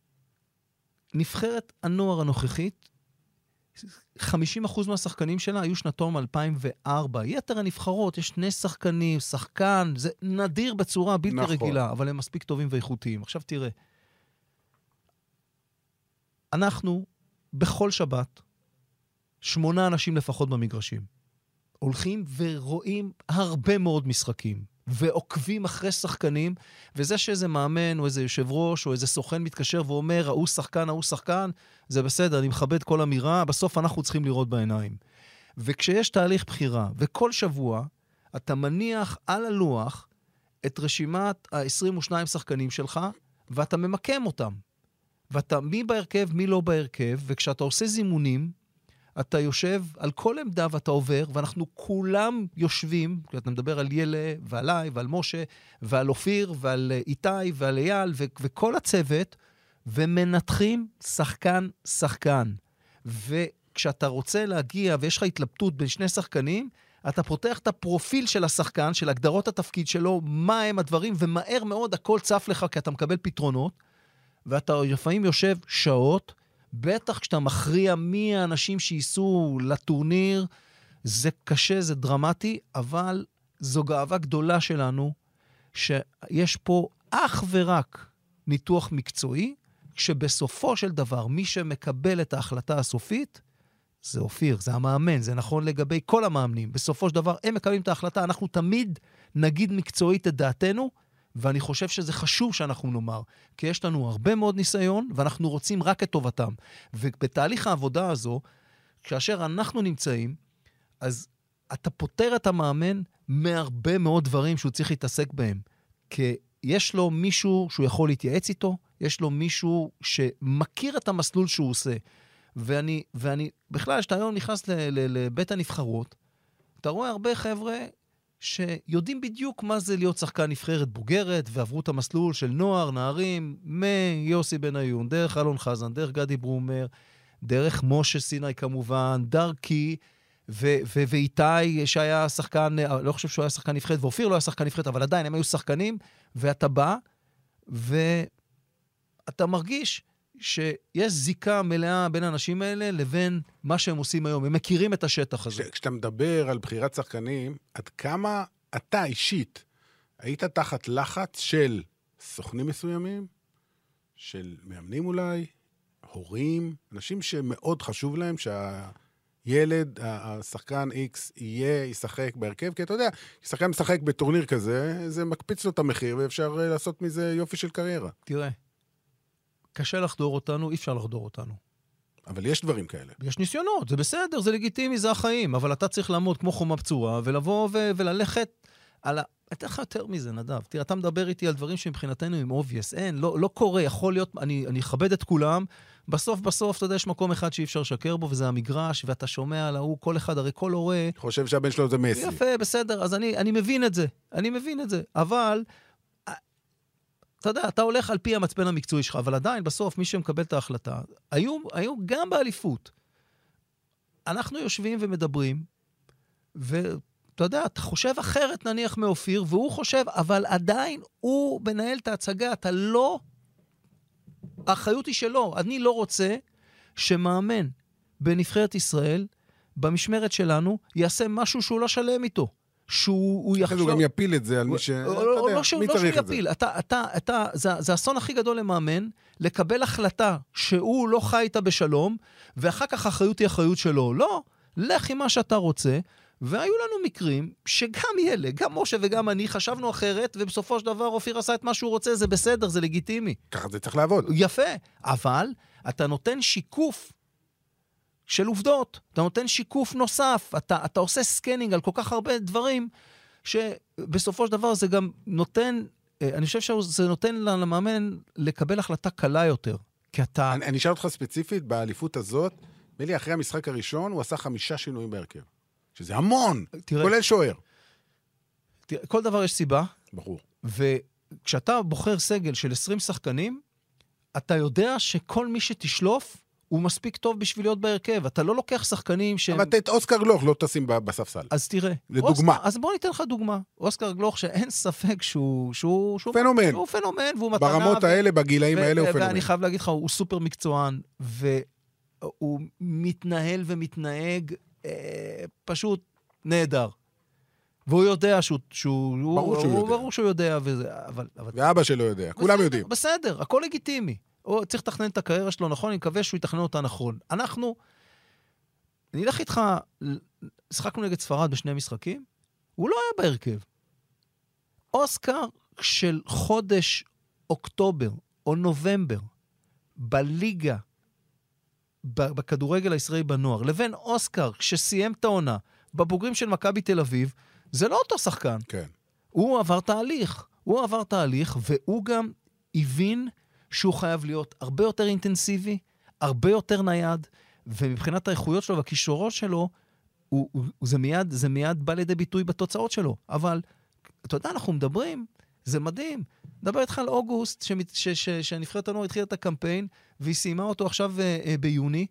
נבחרת הנוער הנוכחית, 50% מהשחקנים שלה היו שנתון 2004. יתר הנבחרות, יש 2 שחקנים, שחקן, זה נדיר בצורה בלתי רגילה, אבל הם מספיק טובים ואיכותיים. עכשיו תראה, אנחנו בכל שבת, 8 אנשים לפחות במגרשים, הולכים ורואים הרבה מאוד משחקים. ועוקבים אחרי שחקנים, וזה שאיזה מאמן או איזה יושב ראש או איזה סוכן מתקשר ואומר, הוא שחקן, זה בסדר, אני מכבד כל אמירה, בסוף אנחנו צריכים לראות בעיניים. וכשיש תהליך בחירה, וכל שבוע אתה מניח על הלוח את רשימת ה-22 שחקנים שלך, ואתה ממקם אותם. ואתה מי בהרכב, מי לא בהרכב, וכשאתה עושה זימונים, אתה יושב על כל עמדה ואתה עובר, ואנחנו כולם יושבים, כי אתה מדבר על ילה ועליי ועל משה, ועל אופיר ועל איתי ועל אייל, וכל הצוות, ומנתחים שחקן. וכשאתה רוצה להגיע, ויש לך התלבטות בין שני שחקנים, אתה פותח את הפרופיל של השחקן, של הגדרות התפקיד שלו, מה הם הדברים, ומהר מאוד הכל צף לך, כי אתה מקבל פתרונות, ואתה לפעמים יושב שעות, בטח כשאתה מכריע מי האנשים שייסעו לטורניר, זה קשה, זה דרמטי, אבל זו גאווה גדולה שלנו, שיש פה אך ורק ניתוח מקצועי, שבסופו של דבר, מי שמקבל את ההחלטה הסופית, זה אופיר, זה המאמן, זה נכון לגבי כל המאמנים. בסופו של דבר, הם מקבלים את ההחלטה, אנחנו תמיד נגיד מקצועית את דעתנו, ואני חושב שזה חשוב שאנחנו נאמר, כי יש לנו הרבה מאוד ניסיון, ואנחנו רוצים רק את טובתם. ובתהליך העבודה הזו, כאשר אנחנו נמצאים, אז אתה פותר את המאמן מהרבה מאוד דברים שהוא צריך להתעסק בהם. כי יש לו מישהו שהוא יכול להתייעץ איתו, יש לו מישהו שמכיר את המסלול שהוא עושה. ואני בכלל, שאתה היום נכנס לבית הנבחרות, אתה רואה הרבה חבר'ה שיודעים בדיוק מה זה להיות שחקן נבחרת בוגרת, ועברו את המסלול של נוער, נערים, מיוסי בניון, דרך אלון חזן, דרך גדי ברומר, דרך משה סיני כמובן, דרכי, ואיתי שהיה שחקן, לא חושב שהוא היה שחקן נבחרת, ואופיר לא היה שחקן נבחרת, אבל עדיין הם היו שחקנים, ואתה בא, ואתה מרגיש שיש זיקה מלאה בין האנשים האלה לבין מה שהם עושים היום. הם מכירים את השטח הזה. כשאתה מדבר על בחירת שחקנים, עד כמה אתה אישית היית תחת לחץ של סוכנים מסוימים, של מאמנים אולי, הורים, אנשים שמאוד חשוב להם שהילד, השחקן X ישחק בהרכב, כי אתה יודע, שחקן משחק בטורניר כזה, זה מקפיץ לו את המחיר, ואפשר לעשות מזה יופי של קריירה. תראה, קשה לחדור אותנו, אי אפשר לחדור אותנו. אבל יש דברים כאלה. יש ניסיונות, זה בסדר, זה לגיטימי, זה החיים, אבל אתה צריך לעמוד כמו חומה בצורה, ולבוא וללכת על אתן לך יותר מזה, נדב. תראה, אתה מדבר איתי על דברים שמבחינתנו הם obvious. אין, לא קורה, יכול להיות, אני אכבד את כולם, בסוף, אתה יודע, יש מקום אחד שאי אפשר לשקר בו, וזה המגרש, ואתה שומע על ההוא, כל אחד, הרי כל הורה... חושב שהבן שלו זה מסי. יפה, בסדר, אז אני מבין את זה, אבל... אתה יודע, אתה הולך על פי המצפן המקצועי שלך, אבל עדיין, בסוף, מי שמקבל את ההחלטה, היו גם באליפות. אנחנו יושבים ומדברים, ואתה יודע, אתה חושב אחרת נניח מאופיר, והוא חושב, אבל עדיין הוא מנהל את ההצגה, אתה לא... האחריות היא שלו. אני לא רוצה שמאמן בנבחרת ישראל, במשמרת שלנו, יעשה משהו שהוא לא שלם איתו. שהוא יחשוב... הוא גם יפיל את זה על מי ש... לא שהוא יפיל. זה האסון הכי גדול למאמן, לקבל החלטה שהוא לא חי איתה בשלום, ואחר כך האחריות היא אחריות שלו. לא, לך עם מה שאתה רוצה, והיו לנו מקרים שגם ילד, גם משה וגם אני חשבנו אחרת, ובסופו של דבר אופיר עשה את מה שהוא רוצה, זה בסדר, זה לגיטימי. ככה זה צריך לעבוד. יפה, אבל אתה נותן שיקוף של עובדות, אתה נותן שיקוף נוסף, אתה עושה סקנינג על כל כך הרבה דברים, שבסופו של דבר זה גם נותן, אני חושב שזה נותן למאמן לקבל החלטה קלה יותר, כי אתה... אני אשאל אותך ספציפית, באליפות הזאת, מילי, אחרי המשחק הראשון, הוא עשה 5 שינויים בהרכב. שזה המון, כולל שוער. תראה, כל דבר יש סיבה. ברור. וכשאתה בוחר סגל של 20 שחקנים, אתה יודע שכל מי שתשלוף, הוא מספיק טוב בשביל להיות בהרכב. אתה לא לוקח שחקנים ש... אבל את אוסקר גלוך לא תשים בספסל. אז תראה. לדוגמה. אז בוא ניתן לך דוגמה. אוסקר גלוך שאין ספק שהוא פנומן. הוא פנומן, והוא מתנה. ברמות האלה, בגילאים האלה הוא פנומן. ואני חייב להגיד לך, הוא סופר מקצוען, והוא מתנהל ומתנהג פשוט נהדר. והוא יודע ברור שהוא יודע, ואבא שלו יודע, כולם יודעים. בסדר, הכל לגיטימי. הוא צריך לתכנן את הקריירה שלו נכון, אני מקווה שהוא יתכנן אותה נכון. אני אלך איתך, שחקנו נגד ספרד בשני משחקים, הוא לא היה בהרכב. אוסקר של חודש אוקטובר או נובמבר בליגה, בכדורגל הישראלי בנוער, לבין אוסקר שסיים את העונה בבוגרים של מכבי תל אביב, זה לא אותו שחקן. כן. הוא עבר תהליך, והוא גם הבין שהוא חייב להיות הרבה יותר אינטנסיבי, הרבה יותר נייד, ומבחינת האיכויות שלו והכישורות שלו, זה מיד בא לידי ביטוי בתוצאות שלו. אבל, אתה יודע, אנחנו מדברים, זה מדהים. נדבר איתך על אוגוסט, שנבחרת הנוער התחילה את הקמפיין, והיא סיימה אותו עכשיו ביוני,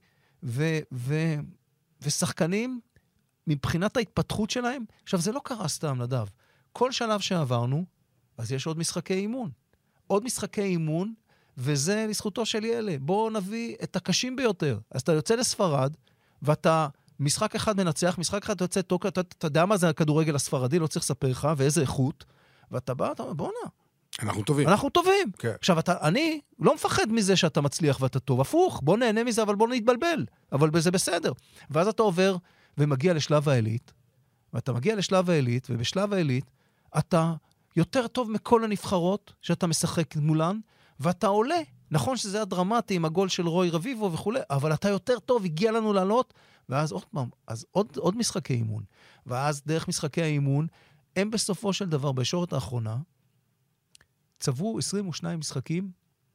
ושחקנים, מבחינת ההתפתחות שלהם, עכשיו זה לא קרה סתם, נדב. כל שלב שעברנו, אז יש עוד משחקי אימון. עוד משחקי אימון, וזה לזכותו של ילד. בואו נביא את הקשים ביותר. אז אתה יוצא לספרד, ואתה משחק אחד מנצח, משחק אחד יוצא תוקע, אתה יודע מה זה הכדורגל הספרדי, לא צריך לספר לך, ואיזה איכות, ואתה בא, אתה אומר, בוא נע. אנחנו טובים. כן. עכשיו, אני לא מפחד מזה שאתה מצליח ואתה טוב. הפוך, בוא נהנה מזה, אבל בוא נתבלבל. אבל זה בסדר. ואז אתה עובר ומגיע לשלב העילית, ואתה מגיע לשלב העילית, ובשלב העילית אתה יותר טוב מכל הנבחרות שאתה משחק מולן, ואתה עולה. נכון שזה היה דרמטי עם הגול של רוי רביבו וכו', אבל אתה יותר טוב, הגיע לנו לעלות, ואז עוד פעם, אז עוד משחקי אימון. ואז דרך משחקי האימון, הם בסופו של דבר, בישורת האחרונה, צברו 22 משחקים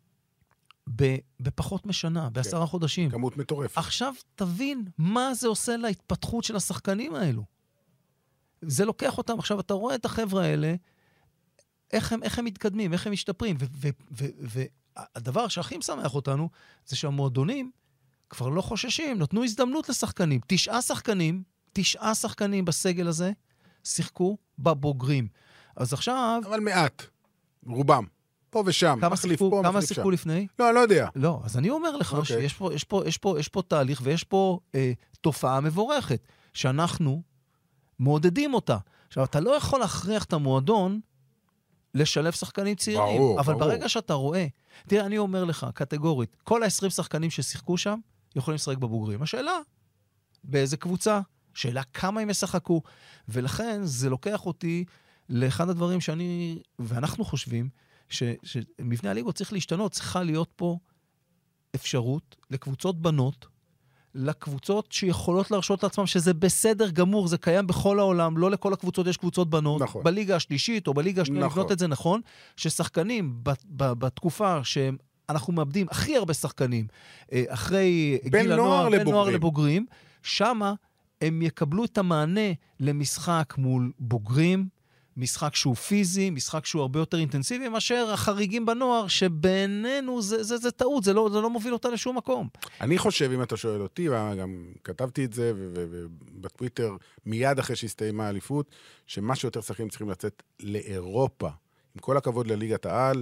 בפחות משנה, ב10 חודשים. כמות מטורפת. עכשיו תבין מה זה עושה להתפתחות של השחקנים האלו. זה לוקח אותם. עכשיו אתה רואה את החבר'ה האלה, איך הם מתקדמים, איך הם משתפרים. והדבר שהכי משמח אותנו, זה שהמועדונים כבר לא חוששים, נתנו הזדמנות לשחקנים. 9 שחקנים בסגל הזה, שיחקו בבוגרים. אז עכשיו... אבל מעט. רובם. פה ושם. כמה שיחקו לפני? לא, אני לא יודע. לא, אז אני אומר לך שיש פה תהליך ויש פה תופעה מבורכת, שאנחנו מעודדים אותה. עכשיו, אתה לא יכול להכריח את המועדון לשלב שחקנים צעירים. אבל ברגע שאתה רואה, תראה, אני אומר לך, קטגורית, כל ה-20 שחקנים ששיחקו שם, יכולים לשחק בבוגרים. השאלה, באיזה קבוצה? שאלה כמה הם ישחקו. ולכן זה לוקח אותי לאחד הדברים ואנחנו חושבים, שמבנה הליגות צריך להשתנות, צריכה להיות פה אפשרות לקבוצות בנות, לקבוצות שיכולות להרשות לעצמם שזה בסדר גמור, זה קיים בכל העולם, לא לכל הקבוצות יש קבוצות בנות, נכון. בליגה השלישית או בליגה השנייה, נכון. לבנות את זה נכון, ששחקנים בתקופה שאנחנו מאבדים הכי הרבה שחקנים, אחרי גיל הנוער, בין נוער לבוגרים, שמה הם יקבלו את המענה למשחק מול בוגרים, משחק שהוא פיזי, משחק שהוא הרבה יותר אינטנסיבי, מאשר החריגים בנוער, שבעינינו זה טעות, זה לא מוביל אותה לשום מקום. אני חושב, אם אתה שואל אותי, וגם כתבתי את זה, ובטוויטר, מיד אחרי שהסתיימה האליפות, שמה שיותר שחקנים צריכים לצאת לאירופה. עם כל הכבוד לליגת העל,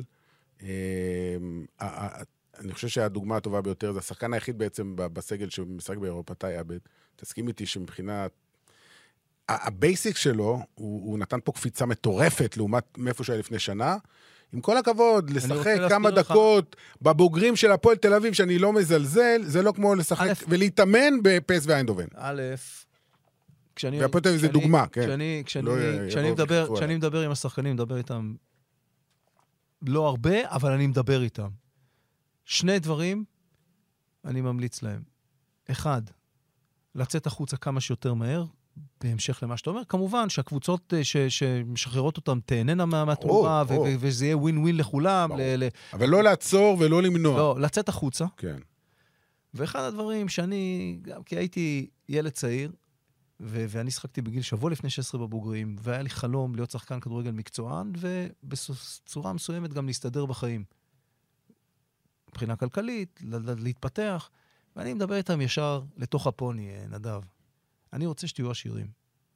אני חושב שהדוגמה הטובה ביותר, זה השחקן היחיד בעצם בסגל שמשחק באירופה, טי עבד. תסכים איתי שמבחינת הבייסיק שלו, הוא נתן פה קפיצה מטורפת לעומת מאיפה שהיה לפני שנה. עם כל הכבוד, לשחק כמה דקות בבוגרים של הפועל תל אביב, שאני לא מזלזל, זה לא כמו לשחק ולהתאמן בפס ואיינדובן. והפועל תל אביב זה דוגמה, כן. כשאני מדבר עם השחקנים, מדבר איתם לא הרבה, אבל אני מדבר איתם. 2 דברים אני ממליץ להם. 1, לצאת החוצה כמה שיותר מהר, בהמשך למה שאתה אומר. כמובן שהקבוצות שמשחררות אותם תהננה מהתמורה, וזה יהיה ווין ווין לכולם. אבל לא לעצור ולא למנוע. לא, לצאת החוצה. כן. ואחד הדברים שאני, גם כי הייתי ילד צעיר, ואני שחקתי בגיל שבוע לפני 16 בבוגרים, והיה לי חלום להיות שחקן כדורגל מקצוען, ובצורה מסוימת גם להסתדר בחיים. מבחינה כלכלית, להתפתח, ואני מדבר איתם ישר לתוך הפוני, נדב. אני רוצה שתהיו עשירים.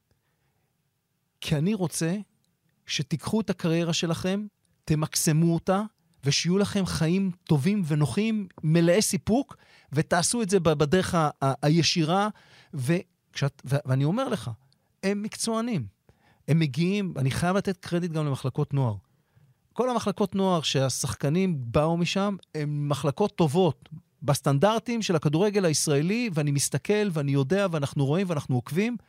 כי אני רוצה שתיקחו את הקריירה שלכם, תמקסמו אותה, ושיהיו לכם חיים טובים ונוחים, מלאי סיפוק, ותעשו את זה בדרך הישירה, ואני אומר לך, הם מקצוענים. הם מגיעים, אני חייב לתת קרדיט גם למחלקות נוער. כל המחלקות נוער שהשחקנים באו משם, הן מחלקות טובות, בסטנדרטים של הכדורגל הישראלי, ואני מסתכל ואני יודע ואנחנו רואים ואנחנו עוקבים,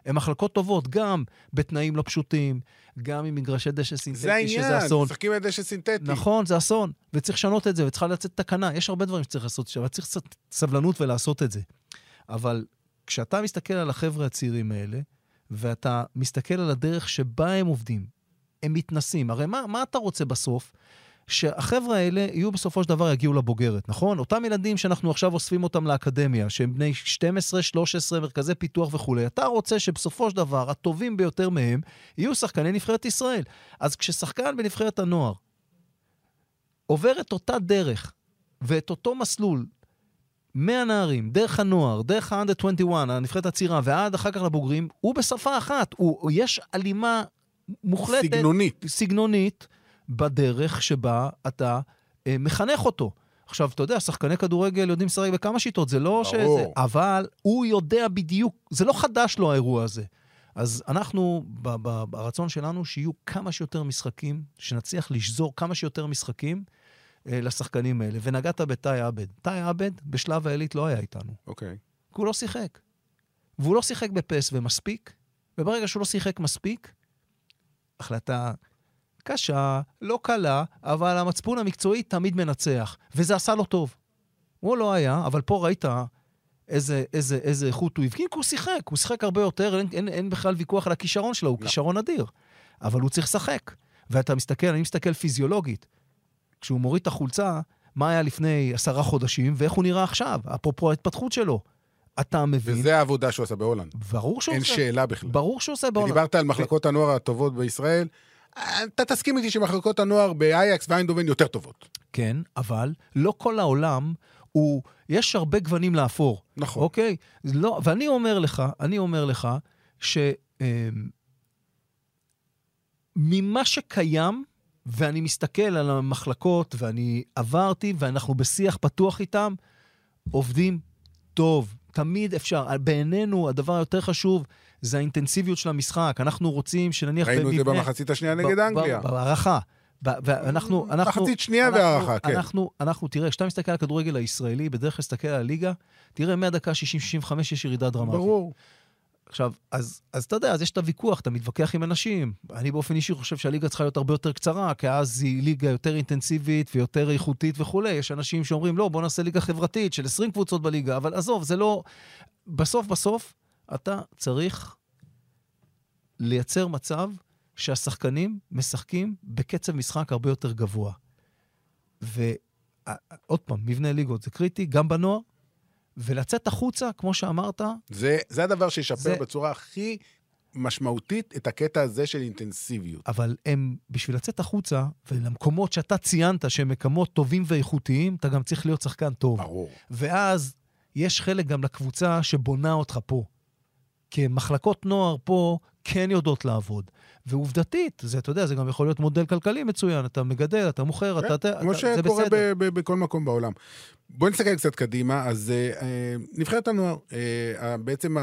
הן מחלקות טובות, גם בתנאים לא פשוטים, גם עם מגרשי דשא סינתטי, זה העניין, משחקים על דשא סינתטי. נכון, זה אסון, וצריך לשנות את זה, וצריכה לצאת תקנה. יש הרבה דברים שצריך לעשות, אבל צריך סבלנות ולעשות את זה. אבל כשאתה מסתכל על החבר'ה הצעירים האלה, ואתה מסתכל על הדרך שבה הם עובדים, הם מתנסים. הרי מה אתה רוצה בסוף? שהחבר'ה האלה יהיו בסופו של דבר יגיעו לבוגרת, נכון? אותם ילדים שאנחנו עכשיו אוספים אותם לאקדמיה, שהם בני 12, 13, מרכזי פיתוח וכו'. אתה רוצה שבסופו של דבר, הטובים ביותר מהם, יהיו שחקני נבחרת ישראל. אז כששחקן בנבחרת הנוער עובר את אותה דרך, ואת אותו מסלול, מהנערים, דרך הנוער, דרך ה-Under 21, הנבחרת הצעירה, ועד אחר כך לבוגרים, הוא בשפה אחת. יש עלימה מוחלטת. סגנונית. בדרך שבה אתה מחנך אותו. עכשיו, אתה יודע, שחקני כדורגל יודעים לשחק בכמה שיטות, זה לא שזה, אבל הוא יודע בדיוק, זה לא חדש לו האירוע הזה. אז אנחנו, ברצון שלנו, שיהיו כמה שיותר משחקים, שנצליח לשזור כמה שיותר משחקים לשחקנים האלה. ונגעת בתאי עבד. תאי עבד בשלב העילית לא היה איתנו. אוקיי. כי הוא לא שיחק. והוא לא שיחק בפס ומספיק, וברגע שהוא לא שיחק מספיק, החלטה קשה, לא קלה, אבל המצפון המקצועי תמיד מנצח, וזה עשה לו טוב. הוא לא היה, אבל פה ראית איזה איכות הוא הבחין, כי הוא שיחק הרבה יותר, אין בכלל ויכוח על הכישרון שלו, הוא כישרון אדיר. אבל הוא צריך לשחק. ואתה מסתכל, אני מסתכל פיזיולוגית, כשהוא מוריד את החולצה, מה היה לפני 10 חודשים, ואיך הוא נראה עכשיו, אפרופו ההתפתחות שלו. אתה מבין. וזה העבודה שהוא עשה בהולנד. ברור שהוא עושה. אין שאלה בכלל. ברור שהוא עושה בהולנד. ודיברת על מחלקות הנוער הטובות בישראל, אתה תסכים איתי שמחלקות הנוער באייקס ואיינדובן יותר טובות. כן, אבל לא כל העולם יש הרבה גוונים לאפור. נכון. אוקיי? לא, ואני אומר לך, ממה שקיים, ואני מסתכל על המחלקות, ואני עברתי, ואנחנו בשיח פתוח איתם, עובדים טוב. תמיד אפשר. בעינינו, הדבר היותר חשוב, זה האינטנסיביות של המשחק. אנחנו רוצים שנניח... ראינו את זה במחצית השנייה נגד אנגליה. בהערכה. מחצית שנייה והערכה, כן. אנחנו, תראה, כשאתה מסתכל על הכדורגל הישראלי, בדרך כלל מסתכל על הליגה, תראה, מהדקה 60-65 יש ירידה דרמטית. ברור. עכשיו, אז אתה יודע, אז יש את הוויכוח, אתה מתווכח עם אנשים. אני באופן אישי חושב שהליגה צריכה להיות הרבה יותר קצרה, כי אז היא ליגה יותר אינטנסיבית ויותר איכותית וכו'. יש אנשים שאומרים, לא, בוא נעשה ליגה חברתית של 20 קבוצות בליגה, אבל עזוב, זה לא... בסוף, אתה צריך לייצר מצב שהשחקנים משחקים בקצב משחק הרבה יותר גבוה. ועוד פעם, מבנה ליגות זה קריטי, גם בנוער, ולצאת החוצה, כמו שאמרת... זה הדבר שישפר בצורה הכי משמעותית את הקטע הזה של אינטנסיביות. אבל הם, בשביל לצאת החוצה, ולמקומות שאתה ציינת, שהם מקומות טובים ואיכותיים, אתה גם צריך להיות שחקן טוב. ברור. ואז יש חלק גם לקבוצה שבונה אותך פה. כי מחלקות נוער פה כן יודעות לעבוד. ועובדתית, זה, אתה יודע, זה גם יכול להיות מודל כלכלי מצוין. אתה מגדל, אתה מוכר, זה בסדר. כמו שקורה בכל מקום בעולם. בואו נסתכל קצת קדימה. אז נבחרת הנוער, בעצם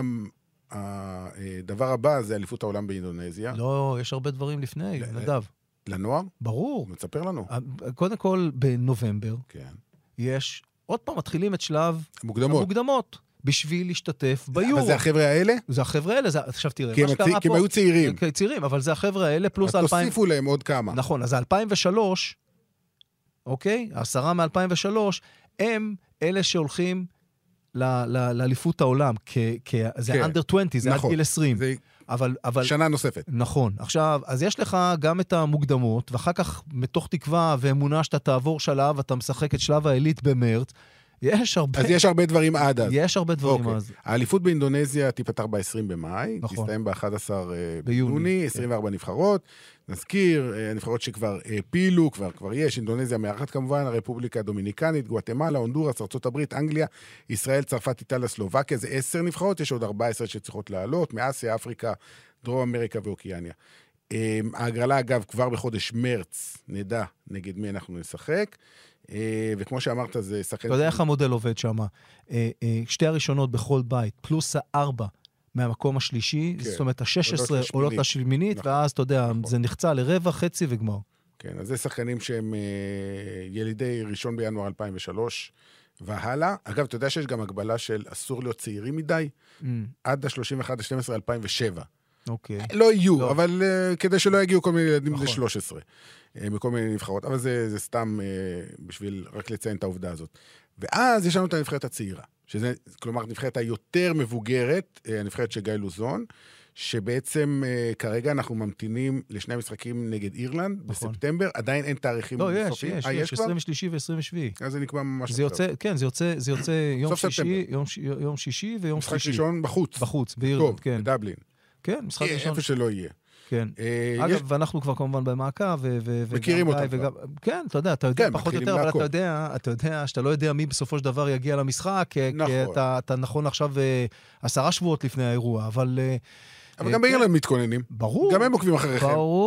הדבר הבא זה אליפות העולם באינדונזיה. לא, יש הרבה דברים לפני, נדב. לנוער? ברור. מצפר לנו. קודם כל, בנובמבר, כן. יש, עוד פעם, מתחילים את שלב המוקדמות. בשביל להשתתף ביורו. אבל זה החבר'ה האלה? זה החבר'ה האלה, עכשיו תראה, כי הם היו צעירים. כן, צעירים, אבל זה החבר'ה האלה פלוס 2000... תוסיפו להם עוד כמה. נכון, אז 2003, אוקיי? 10 מ-2003, הם אלה שהולכים לאליפות העולם, זה under 20, זה עד גיל 20. אבל שנה נוספת. נכון. עכשיו, אז יש לך גם את המוקדמות, ואחר כך מתוך תקווה ואמונה שאתה תעבור שלב, אתה משחק את שלב העילית במרץ, אז יש הרבה דברים עד אז. יש הרבה דברים אז. האליפות באינדונזיה תיפתח ב-20 במאי, תסתיים ב-11 ביוני, 24 נבחרות. נזכיר, הנבחרות שכבר פעילו, כבר יש, אינדונזיה מארחת כמובן, הרפובליקה הדומיניקנית, גואטמלה, הונדורס, ארצות הברית, אנגליה, ישראל, צרפת, איטליה, סלובקיה, זה 10 נבחרות, יש עוד 14 שצריכות לעלות, מאסיה, אפריקה, דרום אמריקה ואוקיאניה. ההגרלה אגב כבר בחודש מרץ, נדע נגד מי אנחנו נשחק. וכמו שאמרת, זה שחקן... אתה יודע איך המודל עובד שם? שתי הראשונות בכל בית, פלוס 4 מהמקום השלישי, זאת אומרת, ה-16 עולות לשמינית, ואז, אתה יודע, זה נחצה לרבע, חצי וגמר. כן, אז זה שחקנים שהם ילידי 1 בינואר 2003, והלאה. אגב, אתה יודע שיש גם הגבלה של אסור להיות צעירים מדי, עד ה-31/12/2007. אוקיי. לא יהיו, אבל כדי שלא יגיעו כל מיני ילדים ל-13, מכל מיני נבחרות. אבל זה סתם בשביל רק לציין את העובדה הזאת. ואז יש לנו את הנבחרת הצעירה, שזה, כלומר, נבחרת היותר מבוגרת, הנבחרת של גיא לוזון, שבעצם כרגע אנחנו ממתינים לשני משחקים נגד אירלנד, בספטמבר, עדיין אין תאריכים סופיים. לא, יש 23 ו-27. אז זה נקבע ממש זה יוצא, כן, זה יוצא יום שישי ויום משחק שלישי. ראשון בחוץ. בחוץ, באירלנד, כן. בדבלין. כן, משחק ראשון. איפה שלא יהיה. כן. אגב, ואנחנו כבר כמובן במעקב. מכירים אותם. כן, אתה יודע, פחות או יותר, אבל אתה יודע שאתה לא יודע מי בסופו של דבר יגיע למשחק, כי אתה נכון עכשיו 10 שבועות לפני האירוע, אבל גם באירלנד מתכוננים. ברור. גם הם עוקבים אחריכם.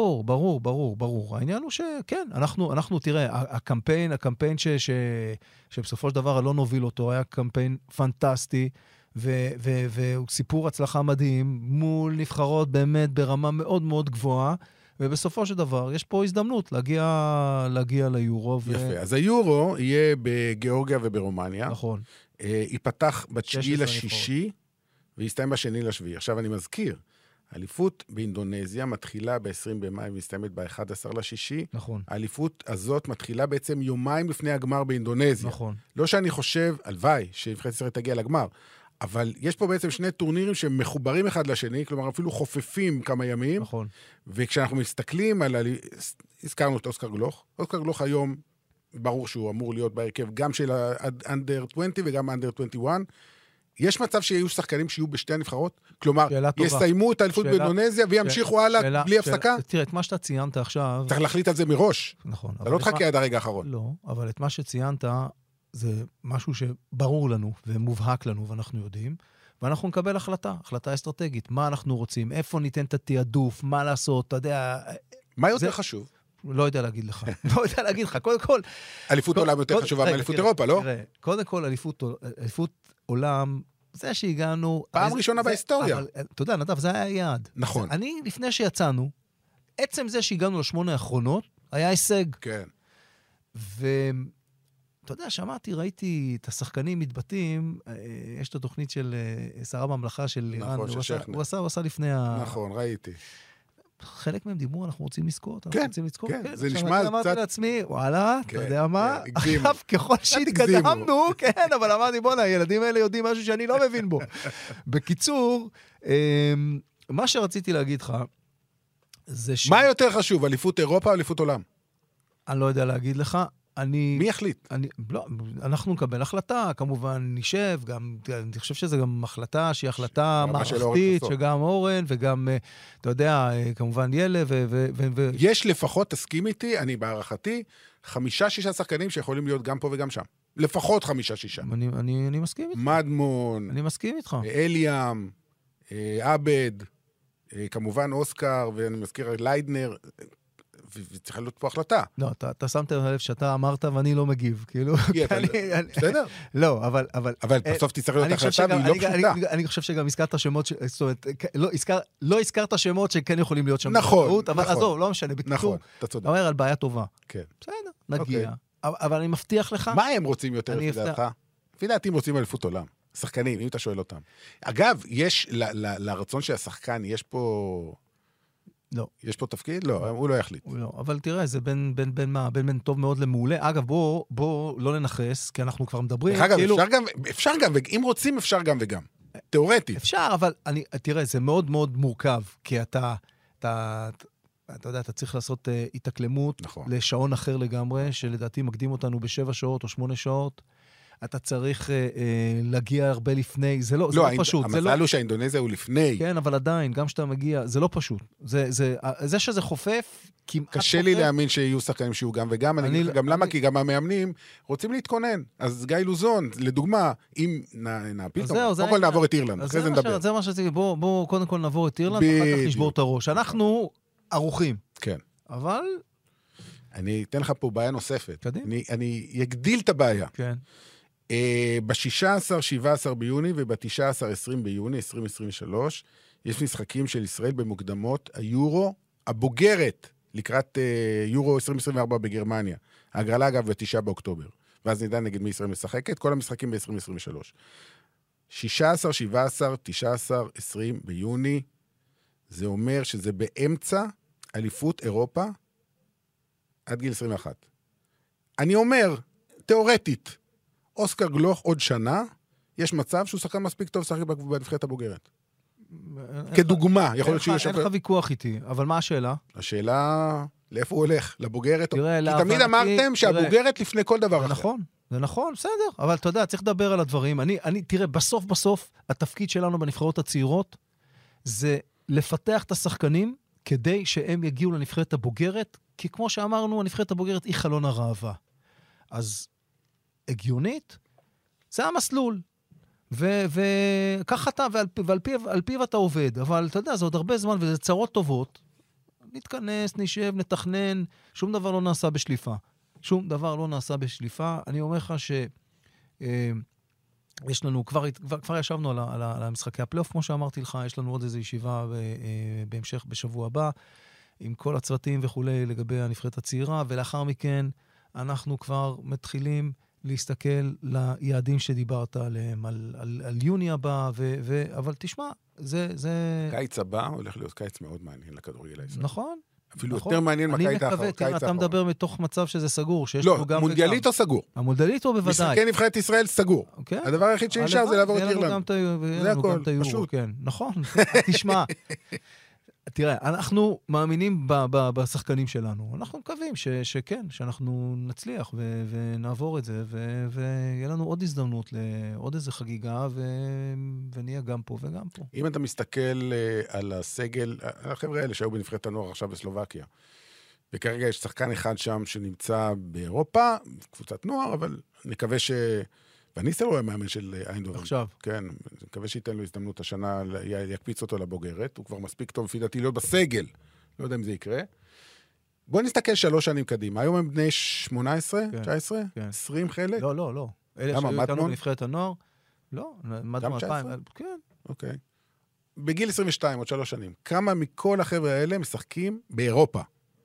ברור. העניין הוא שכן, אנחנו, תראה, הקמפיין שבסופו של דבר לא נוביל אותו, היה קמפיין פנטסטי, והוא סיפור הצלחה מדהים, מול נבחרות באמת ברמה מאוד מאוד גבוהה, ובסופו של דבר יש פה הזדמנות להגיע ליורו. יפה, אז היורו יהיה בגיאורגיה וברומניה. נכון. ייפתח ב9/6, ויסתיים ב2/7. עכשיו אני מזכיר, האליפות באינדונזיה מתחילה ב20 במאי ומסתיימת ב11/6. נכון. האליפות הזאת מתחילה בעצם יומיים לפני הגמר באינדונזיה. נכון. לא שאני חושב, הלוואי, שנבחרת ישראל תגיע לגמר, אבל יש פה בעצם שני טורנירים שמחוברים אחד לשני, כלומר אפילו חופפים כמה ימים. נכון. וכשאנחנו מסתכלים על... הזכרנו את אוסקר גלוך. אוסקר גלוך היום, ברור שהוא אמור להיות בהרכב גם של האנדר 20 וגם האנדר 21. יש מצב שיהיו שחקנים שיהיו בשתי הנבחרות? כלומר, יסיימו את האליפות באינדונזיה וימשיכו הלאה בלי הפסקה? תראה, את מה שאתה ציינת עכשיו... צריך להחליט על זה מראש. נכון. אתה לא תחכה עד הרגע האחרון. לא, אבל את מה שציינת זה משהו שברור לנו ומובהק לנו ואנחנו יודעים, ואנחנו נקבל החלטה אסטרטגית. מה אנחנו רוצים? איפה ניתן את התיעדוף? מה לעשות? אתה יודע... מה יותר חשוב? לא יודע להגיד לך. קודם כל... אליפות עולם יותר חשובה מאליפות אירופה, לא? קודם כל, אליפות עולם, זה שהגענו... פעם ראשונה בהיסטוריה. אתה יודע, נדב, זה היה יעד. נכון. אני, לפני שיצאנו, עצם זה שהגענו ל8 האחרונות, היה הישג. כן. אתה יודע, ראיתי את השחקנים מתבטאים, יש את התוכנית של שרה בממלכה של איראן, הוא עשה לפני נכון, ראיתי. חלק מהם דיברו, אנחנו רוצים לזכות. כן, זה נשמע קצת... אמרתי לעצמי, וואלה, אתה יודע מה? עכשיו, ככל שהתקדמנו, כן, אבל אמרתי, בוא'נה, הילדים האלה יודעים משהו שאני לא מבין בו. בקיצור, מה שרציתי להגיד לך, זה ש... מה יותר חשוב, אליפות אירופה או אליפות עולם? אני לא יודע להגיד לך. מי יחליט? לא, אנחנו נקבל החלטה, כמובן נשב, גם, אני חושב שזו גם החלטה שהיא החלטה מערכתית, שגם אורן וגם, אתה יודע, כמובן ילה יש לפחות, תסכים איתי, אני בערכתי, 5-6 שחקנים שיכולים להיות גם פה וגם שם. לפחות 5-6. אני מסכים איתך. מדמון. אני מסכים איתך. אליאם, עבד, כמובן אוסקר, ואני מזכיר ליידנר, וצריכה להיות פה החלטה. לא, אתה שמת לב שאתה אמרת ואני לא מגיב, כאילו... בסדר? לא, אבל... אבל בסוף תצטרך להיות החלטה והיא לא פשוטה. אני חושב שגם הזכרת שמות, זאת אומרת, לא הזכרת שמות שכן יכולים להיות שם. נכון. אבל עזוב, לא משנה. נכון, אתה צודק. אומר על בעיה טובה. כן. בסדר, נגיע. אבל אני מבטיח לך... מה הם רוצים יותר לפי דעתך? לפי דעתי הם רוצים אליפות עולם. שחקנים, אם אתה שואל אותם. אגב, יש, לרצון של השחקן, יש פה... לא. יש פה תפקיד? לא, הוא לא יחליט. לא, אבל תראה, זה בין מה? בין טוב מאוד למעולה. אגב, בוא לא ננחס, כי אנחנו כבר מדברים. אגב, אפשר גם, אם רוצים, אפשר גם וגם. תיאורטית. אפשר, אבל תראה, זה מאוד מאוד מורכב, כי אתה יודע, אתה צריך לעשות התאקלמות לשעון אחר לגמרי, שלדעתי מקדים אותנו ב7 שעות או 8 שעות. אתה צריך להגיע הרבה לפני, זה לא פשוט. המזל הוא שהאינדונזיה הוא לפני. כן, אבל עדיין, גם שאתה מגיע, זה לא פשוט. זה שזה חופף, כמעט חופף. קשה לי להאמין שיהיו שחקנים שיהיו גם וגם, אני אגיד לך גם למה, כי גם המאמנים רוצים להתכונן. אז גיא לוזון, לדוגמה, אם נעפיל אותו, קודם כל נעבור את אירלנד, אחרי זה נדבר. זה מה שרציתי, בואו קודם כל נעבור את אירלנד, ואחר כך נשבור את הראש. אנחנו ערוכים. כן. אבל... אני אתן לך פה בעיה נוספת. אני אגדיל את הבעיה. כן. ב-16-17 ביוני וב-19-20 ביוני 2023 יש משחקים של ישראל במוקדמות היורו הבוגרת לקראת יורו 2024 בגרמניה. ההגרלה אגב ב9 באוקטובר. ואז נדע נגד מי ישראל משחקת, כל המשחקים ב-2023. 16, 17, 19, 20 ביוני, זה אומר שזה באמצע אליפות אירופה עד גיל 21. אני אומר, תיאורטית, אוסקר גלוך עוד שנה, יש מצב שהוא שחקן מספיק טוב לשחק בנבחרת הבוגרת. כדוגמה, יכול להיות שיש... אין לך ויכוח איתי, אבל מה השאלה? השאלה, לאיפה הוא הולך? לבוגרת? כי תמיד אמרתם שהבוגרת לפני כל דבר אחר. נכון, זה נכון, בסדר. אבל אתה יודע, צריך לדבר על הדברים. תראה, בסוף, התפקיד שלנו בנבחרות הצעירות, זה לפתח את השחקנים, כדי שהם יגיעו לנבחרת הבוגרת, כי כמו שאמרנו, הנבחרת הבוגרת היא חלון הראווה. אז הגיונית, זה המסלול. וכך אתה, ועל פיו אתה עובד. אבל אתה יודע, זה עוד הרבה זמן, וזה צרות טובות. נתכנס, נשב, נתכנן, שום דבר לא נעשה בשליפה. שום דבר לא נעשה בשליפה. אני אומר לך יש לנו, כבר ישבנו על המשחקי הפלייאוף, כמו שאמרתי לך, יש לנו עוד איזו ישיבה בהמשך בשבוע הבא, עם כל הצוותים וכולי לגבי הנבחרת הצעירה, ולאחר מכן אנחנו כבר מתחילים להסתכל ליעדים שדיברת עליהם, על יוני הבא, אבל תשמע, זה... קיץ הבא הולך להיות קיץ מאוד מעניין לכדורגל הישראלי. נכון. אפילו יותר מעניין מהקיץ האחרון. אתה מדבר מתוך מצב שזה סגור, שיש לנו גם... לא, מונדיאלית או סגור? המונדיאלית או בוודאי? משחקי נבחרת ישראל סגור. הדבר היחיד שנשאר זה לעבור את אירלנד. זה הכל, פשוט. נכון, תשמע. תראה, אנחנו מאמינים בשחקנים שלנו. אנחנו מקווים שכן, שאנחנו נצליח ונעבור את זה, ויהיה לנו עוד הזדמנות לעוד איזו חגיגה, ונהיה גם פה וגם פה. אם אתה מסתכל על הסגל, החבר'ה האלה שהיו בנבחרת הנוער עכשיו בסלובקיה, וכרגע יש שחקן אחד שם שנמצא באירופה, קבוצת נוער, אבל נקווה וניסטר הוא המאמן של איינדהובן. עכשיו. כן, מקווה שייתן לו הזדמנות השנה, יקפיץ אותו לבוגרת, הוא כבר מספיק טוב, לפי דעתי, להיות בסגל. לא יודע אם זה יקרה. בוא נסתכל 3 שנים קדימה. היום הם בני 18, כן, 19, כן. 20 חלק? לא. למה, מדמון? בנבחרת הנוער? לא, מדמון 2000. כן. אוקיי. בגיל 22, עוד 3 שנים. כמה מכל החבר'ה האלה משחקים באירופה?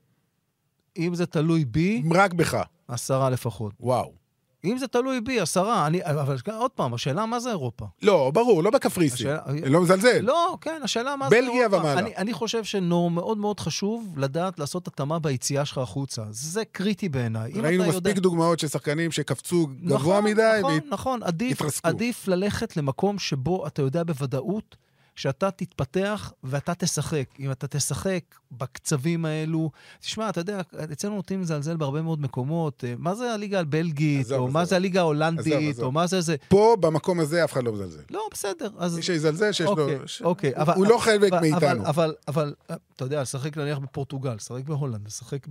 אם זה תלוי בי... רק בך. 10 לפחות. וואו. אם זה תלוי בי, 10, אבל עוד פעם, השאלה מה זה אירופה? לא, ברור, לא בקפריסין. לא מזלזל. לא, כן, השאלה מה זה אירופה. בלגיה ומעלה. אני חושב מאוד מאוד חשוב לדעת לעשות התאמה ביציאה שלך החוצה. זה קריטי בעיניי. ראינו מספיק דוגמאות של שחקנים שקפצו גבוה מדי נכון, והתרסקו. עדיף ללכת למקום שבו אתה יודע בוודאות שאתה תתפתח ואתה תשחק. אם אתה תשחק בקצבים האלו, תשמע, אתה יודע, אצלנו נוטים לזלזל בהרבה מאוד מקובות, מה זה הליגה הבלגית, או מה זה הליגה ההולנדית, או מה זה... פה, במקום הזה, אף אחד לא מזלזל. לא, בסדר. מי שיזלזל, שיש לו... אוקיי. הוא לא חלק מאיתנו. אבל, אתה יודע, לשחק נניח בפורטוגל, לשחק בהולנד, לשחק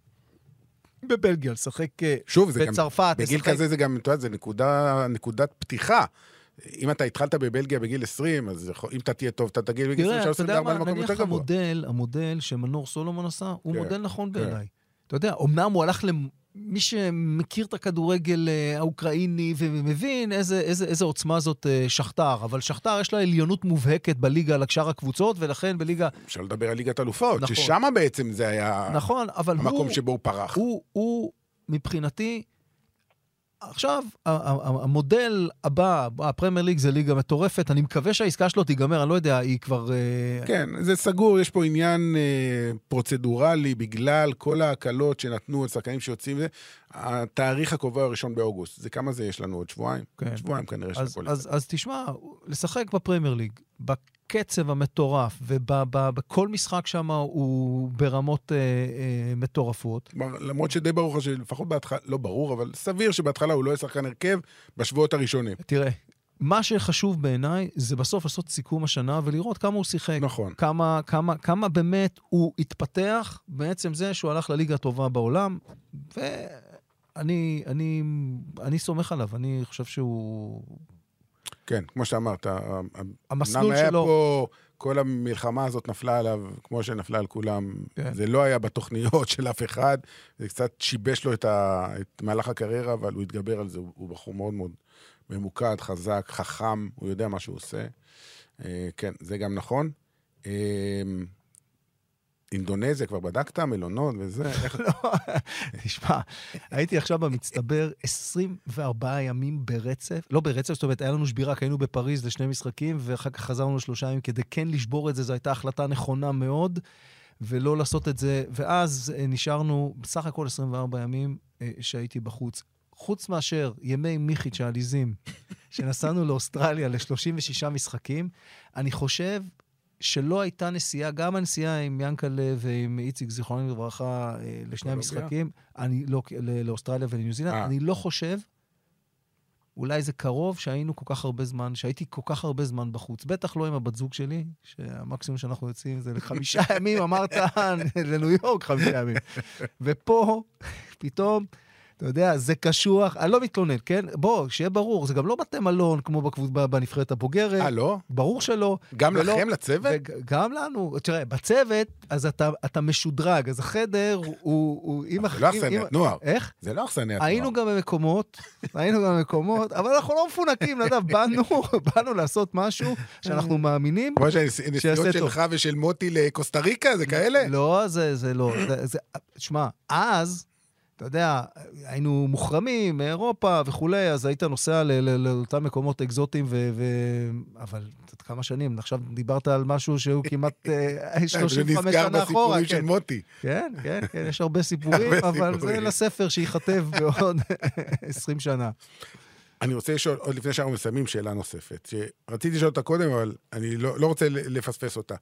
בבלגיה, לשחק בצרפת. בגיל כזה זה גם, אתה יודע, זה נקודת פתיחה. אם אתה התחלת בבלגיה בגיל 20, אז אם אתה תהיה טוב, אתה תגיע בגיל 20, אפשר 24 למקום יותר גבוה. המודל שמנור סולומון עשה, הוא מודל נכון בעיניי. אתה יודע, אמנם הוא הלך למי שמכיר את הכדורגל האוקראיני, ומבין איזה עוצמה זאת שכתר, אבל שכתר יש לה עליונות מובהקת בליגה לקשר הקבוצות, ולכן בליגה... אפשר לדבר על ליגת אלופות, ששם בעצם זה היה המקום שבו הוא פרח. הוא מבחינתי... עכשיו, המודל הבא, הפרמייר ליג זה ליגה מטורפת, אני מקווה שהעסקה שלו תיגמר, אני לא יודע, היא כבר... כן, זה סגור, יש פה עניין פרוצדורלי, בגלל כל ההקלות שנתנו לשחקנים שיוצאים, התאריך הקובע הראשון באוגוסט, זה כמה זה יש לנו עוד שבועיים? כן. שבועיים כנראה שהכל יצא. אז תשמע, לשחק בפרמייר ליג, בקצב המטורף, ובכל משחק שם הוא ברמות מטורפות. למרות שדי ברור שלפחות בהתחלה, לא ברור, אבל סביר שבהתחלה הוא לא ישחקן הרכב בשבועות הראשונים. תראה, מה שחשוב בעיניי זה בסוף לעשות סיכום השנה ולראות כמה הוא שיחק. נכון. כמה באמת הוא התפתח בעצם זה שהוא הלך לליגה הטובה בעולם, ואני סומך עליו, אני חושב שהוא... כן, כמו שאמרת, המסלול שלו... פה, כל המלחמה הזאת נפלה עליו, כמו שנפלה על כולם, כן. זה לא היה בתוכניות של אף אחד, זה קצת שיבש לו את מהלך הקריירה, אבל הוא התגבר על זה, הוא בחור מאוד מאוד ממוקד, חזק, חכם, הוא יודע מה שהוא עושה. כן, זה גם נכון. אינדונזיה, כבר בדקת, מלונות וזה? תשמע, הייתי עכשיו במצטבר 24 ימים ברצף, לא ברצף, זאת אומרת, היה לנו שבירה, היינו בפריז לשני משחקים, ואחר כך חזרנו 3 ימים כדי כן לשבור את זה, זו הייתה החלטה נכונה מאוד, ולא לעשות את זה, ואז נשארנו בסך הכל 24 ימים שהייתי בחוץ. חוץ מאשר ימי מיכית שעליזים, שנסענו לאוסטרליה ל-36 משחקים, אני חושב שלא הייתה נסיעה, גם הנסיעה עם ינקלה ועם איציק זיכרוננו לברכה לשני המשחקים, לאוסטרליה ולניו זילנד, אני לא חושב, אולי זה קרוב שהיינו כל כך הרבה זמן, שהייתי כל כך הרבה זמן בחוץ. בטח לא עם הבת זוג שלי, שהמקסימום שאנחנו יוצאים זה ל5 ימים, אמרת, לניו יורק 5 ימים. ופה, פתאום, אתה יודע, זה קשוח, אני לא מתלונן, כן? בוא, שיהיה ברור, זה גם לא בתי מלון כמו בנבחרת הבוגרת. לא? ברור שלא. גם לכם, לצוות? גם לנו. תראה, בצוות, אז אתה משודרג, אז החדר הוא... זה לא אכסניית נוער. איך? זה לא אכסניית נוער. היינו גם במקומות, אבל אנחנו לא מפונקים, נדב, באנו לעשות משהו שאנחנו מאמינים. כמו שהנסיעות שלך ושל מוטי לקוסטה ריקה, זה כאלה? לא, זה לא. תשמע, אז... אתה יודע, היינו מוחרמים מאירופה וכולי, אז היית נוסע לאותם מקומות אקזוטיים, אבל כמה שנים, עכשיו דיברת על משהו שהוא כמעט 35 שנה אחורה. נזכר בסיפורים של מוטי. כן, יש הרבה סיפורים, אבל זה לספר שיכתב בעוד 20 שנה. אני רוצה לשאול, עוד לפני שאנחנו מסיימים, שאלה נוספת, שרציתי לשאול אותה קודם, אבל אני לא רוצה לפספס אותה.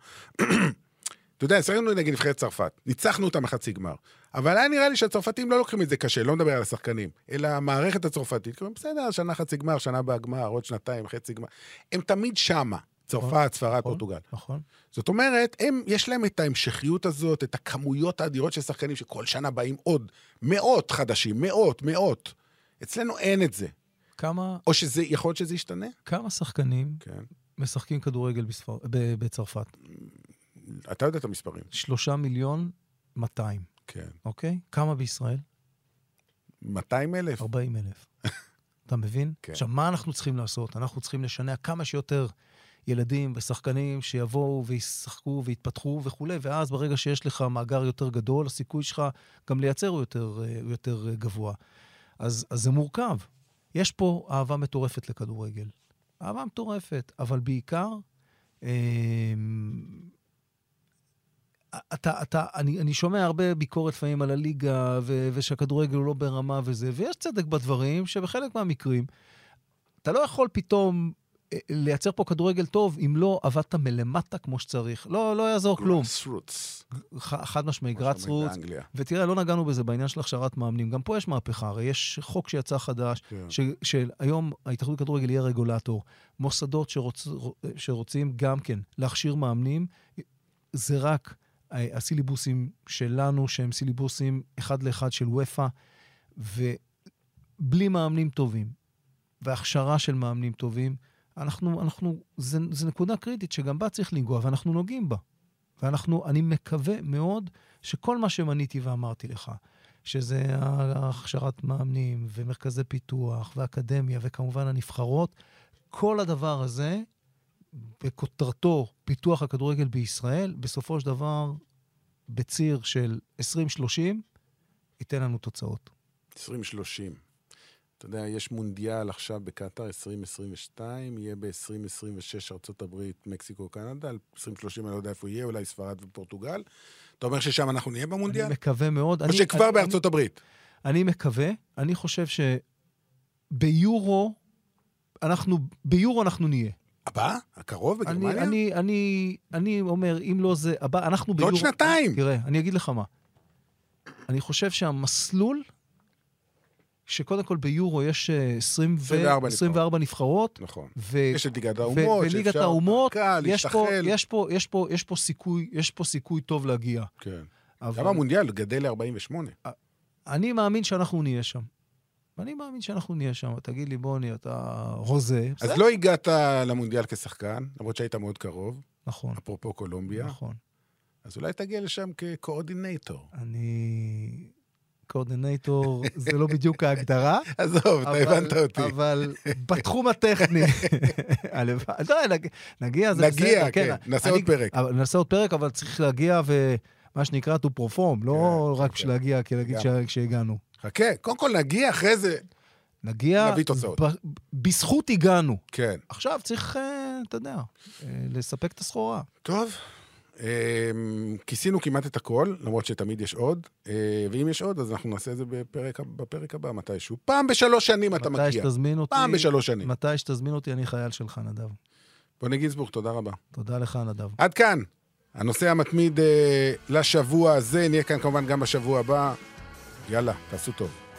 אתה יודע, שחקנו נגד נבחרת צרפת, ניצחנו אותה מחצי גמר, אבל היה נראה לי שהצרפתים לא לוקחים את זה קשה, לא מדבר על השחקנים, אלא המערכת הצרפתית, כלומר, בסדר, שנה חצי גמר, שנה בהגמר, עוד שנתיים, חצי גמר, הם תמיד שמה, צרפת, ספרד, פורטוגל. נכון. זאת אומרת, יש להם את ההמשכיות הזאת, את הכמויות האדירות של שחקנים, שכל שנה באים עוד מאות חדשים, מאות. אצלנו אין את זה. כמה... או יכול להיות שזה ישתנה? כמה שחקנים משחקים כדורגל בצרפת? אתה יודע את המספרים. 3,200,000. כן. אוקיי? כמה בישראל? 200,000. 40,000. אתה מבין? כן. עכשיו, מה אנחנו צריכים לעשות? אנחנו צריכים לשנע כמה שיותר ילדים ושחקנים שיבואו וישחקו ויתפתחו וכו', ואז ברגע שיש לך מאגר יותר גדול, הסיכוי שלך גם לייצר הוא יותר גבוה. אז זה מורכב. יש פה אהבה מטורפת לכדורגל. אהבה מטורפת, אבל בעיקר... אני שומע הרבה ביקורת לפעמים על הליגה, ושהכדורגל הוא לא ברמה וזה, ויש צדק בדברים שבחלק מהמקרים, אתה לא יכול פתאום לייצר פה כדורגל טוב, אם לא עבדת מלמטה כמו שצריך. לא יעזור כלום. חד משמעי, גראסרוטס. ותראה, לא נגענו בזה בעניין של הכשרת מאמנים. גם פה יש מהפכה, הרי יש חוק שיצא חדש, שהיום ההתאחדות לכדורגל יהיה רגולטור. מוסדות שרוצים גם כן להכשיר מאמנים, זה רק הסיליבוסים שלנו, שהם סיליבוסים אחד לאחד של וויפה, ובלי מאמנים טובים, והכשרה של מאמנים טובים, זה נקודה קריטית שגם בה צריך לנגוע, ואנחנו נוגעים בה. אני מקווה מאוד שכל מה שמניתי ואמרתי לך, שזה הכשרת מאמנים, ומרכזי פיתוח, ואקדמיה, וכמובן הנבחרות, כל הדבר הזה, בכותרתו פיתוח הכדורגל בישראל, בסופו של דבר, בציר של 2030, ייתן לנו תוצאות. 2030. אתה יודע, יש מונדיאל עכשיו בקטר 2022, יהיה ב-2026 ארצות הברית, מקסיקו, קנדה, 2030 אני לא יודע איפה יהיה, אולי ספרד ופורטוגל. אתה אומר ששם אנחנו נהיה במונדיאל? אני מקווה מאוד. או שכבר בארצות הברית? אני מקווה. אני חושב שביורו אנחנו נהיה. הבא? הקרוב בגרמניה? אני אומר, אם לא זה, הבא, אנחנו ביורו... עוד שנתיים. תראה, אני אגיד לך מה. אני חושב שהמסלול, שקודם כל ביורו יש 24 נבחרות. נכון. יש את ליגת האומות, וליגת האומות, יש פה סיכוי טוב להגיע. כן. גם המונדיאל גדל ל-48. אני מאמין שאנחנו נהיה שם. תגיד לי, בוני, אתה רוזה. אז לא הגעת למונדיאל כשחקן, למרות שהיית מאוד קרוב. נכון. אפרופו קולומביה. נכון. אז אולי תגיע לשם כקואורדינטור. קואורדינטור זה לא בדיוק ההגדרה. עזוב, אתה הבנת אותי. אבל בתחום הטכני. נגיע, זה בסדר. כן, נעשה עוד פרק. נעשה עוד פרק, אבל צריך להגיע מה שנקרא to perform, לא רק בשביל להגיע, כי להגיד שהגענו. חכה, קודם כל נגיע, אחרי זה נגיע, נביא תוצאות. בזכות הגענו. כן. עכשיו צריך, אתה יודע, לספק את הסחורה. טוב, כיסינו כמעט את הכל, למרות שתמיד יש עוד, ואם יש עוד, אז אנחנו נעשה את זה בפרק הבא, מתישהו. פעם ב3 שנים אתה מגיע. מתי שתזמין אותי, פעם ב3 שנים. מתי שתזמין אותי, אני חייל שלך, נדב. בוני גינסבורג, תודה רבה. תודה לך, נדב. עד כאן, הנושא המתמיד לשבוע הזה, נהיה כאן כמובן גם בשבוע הבא. יאללה, תעשו טוב.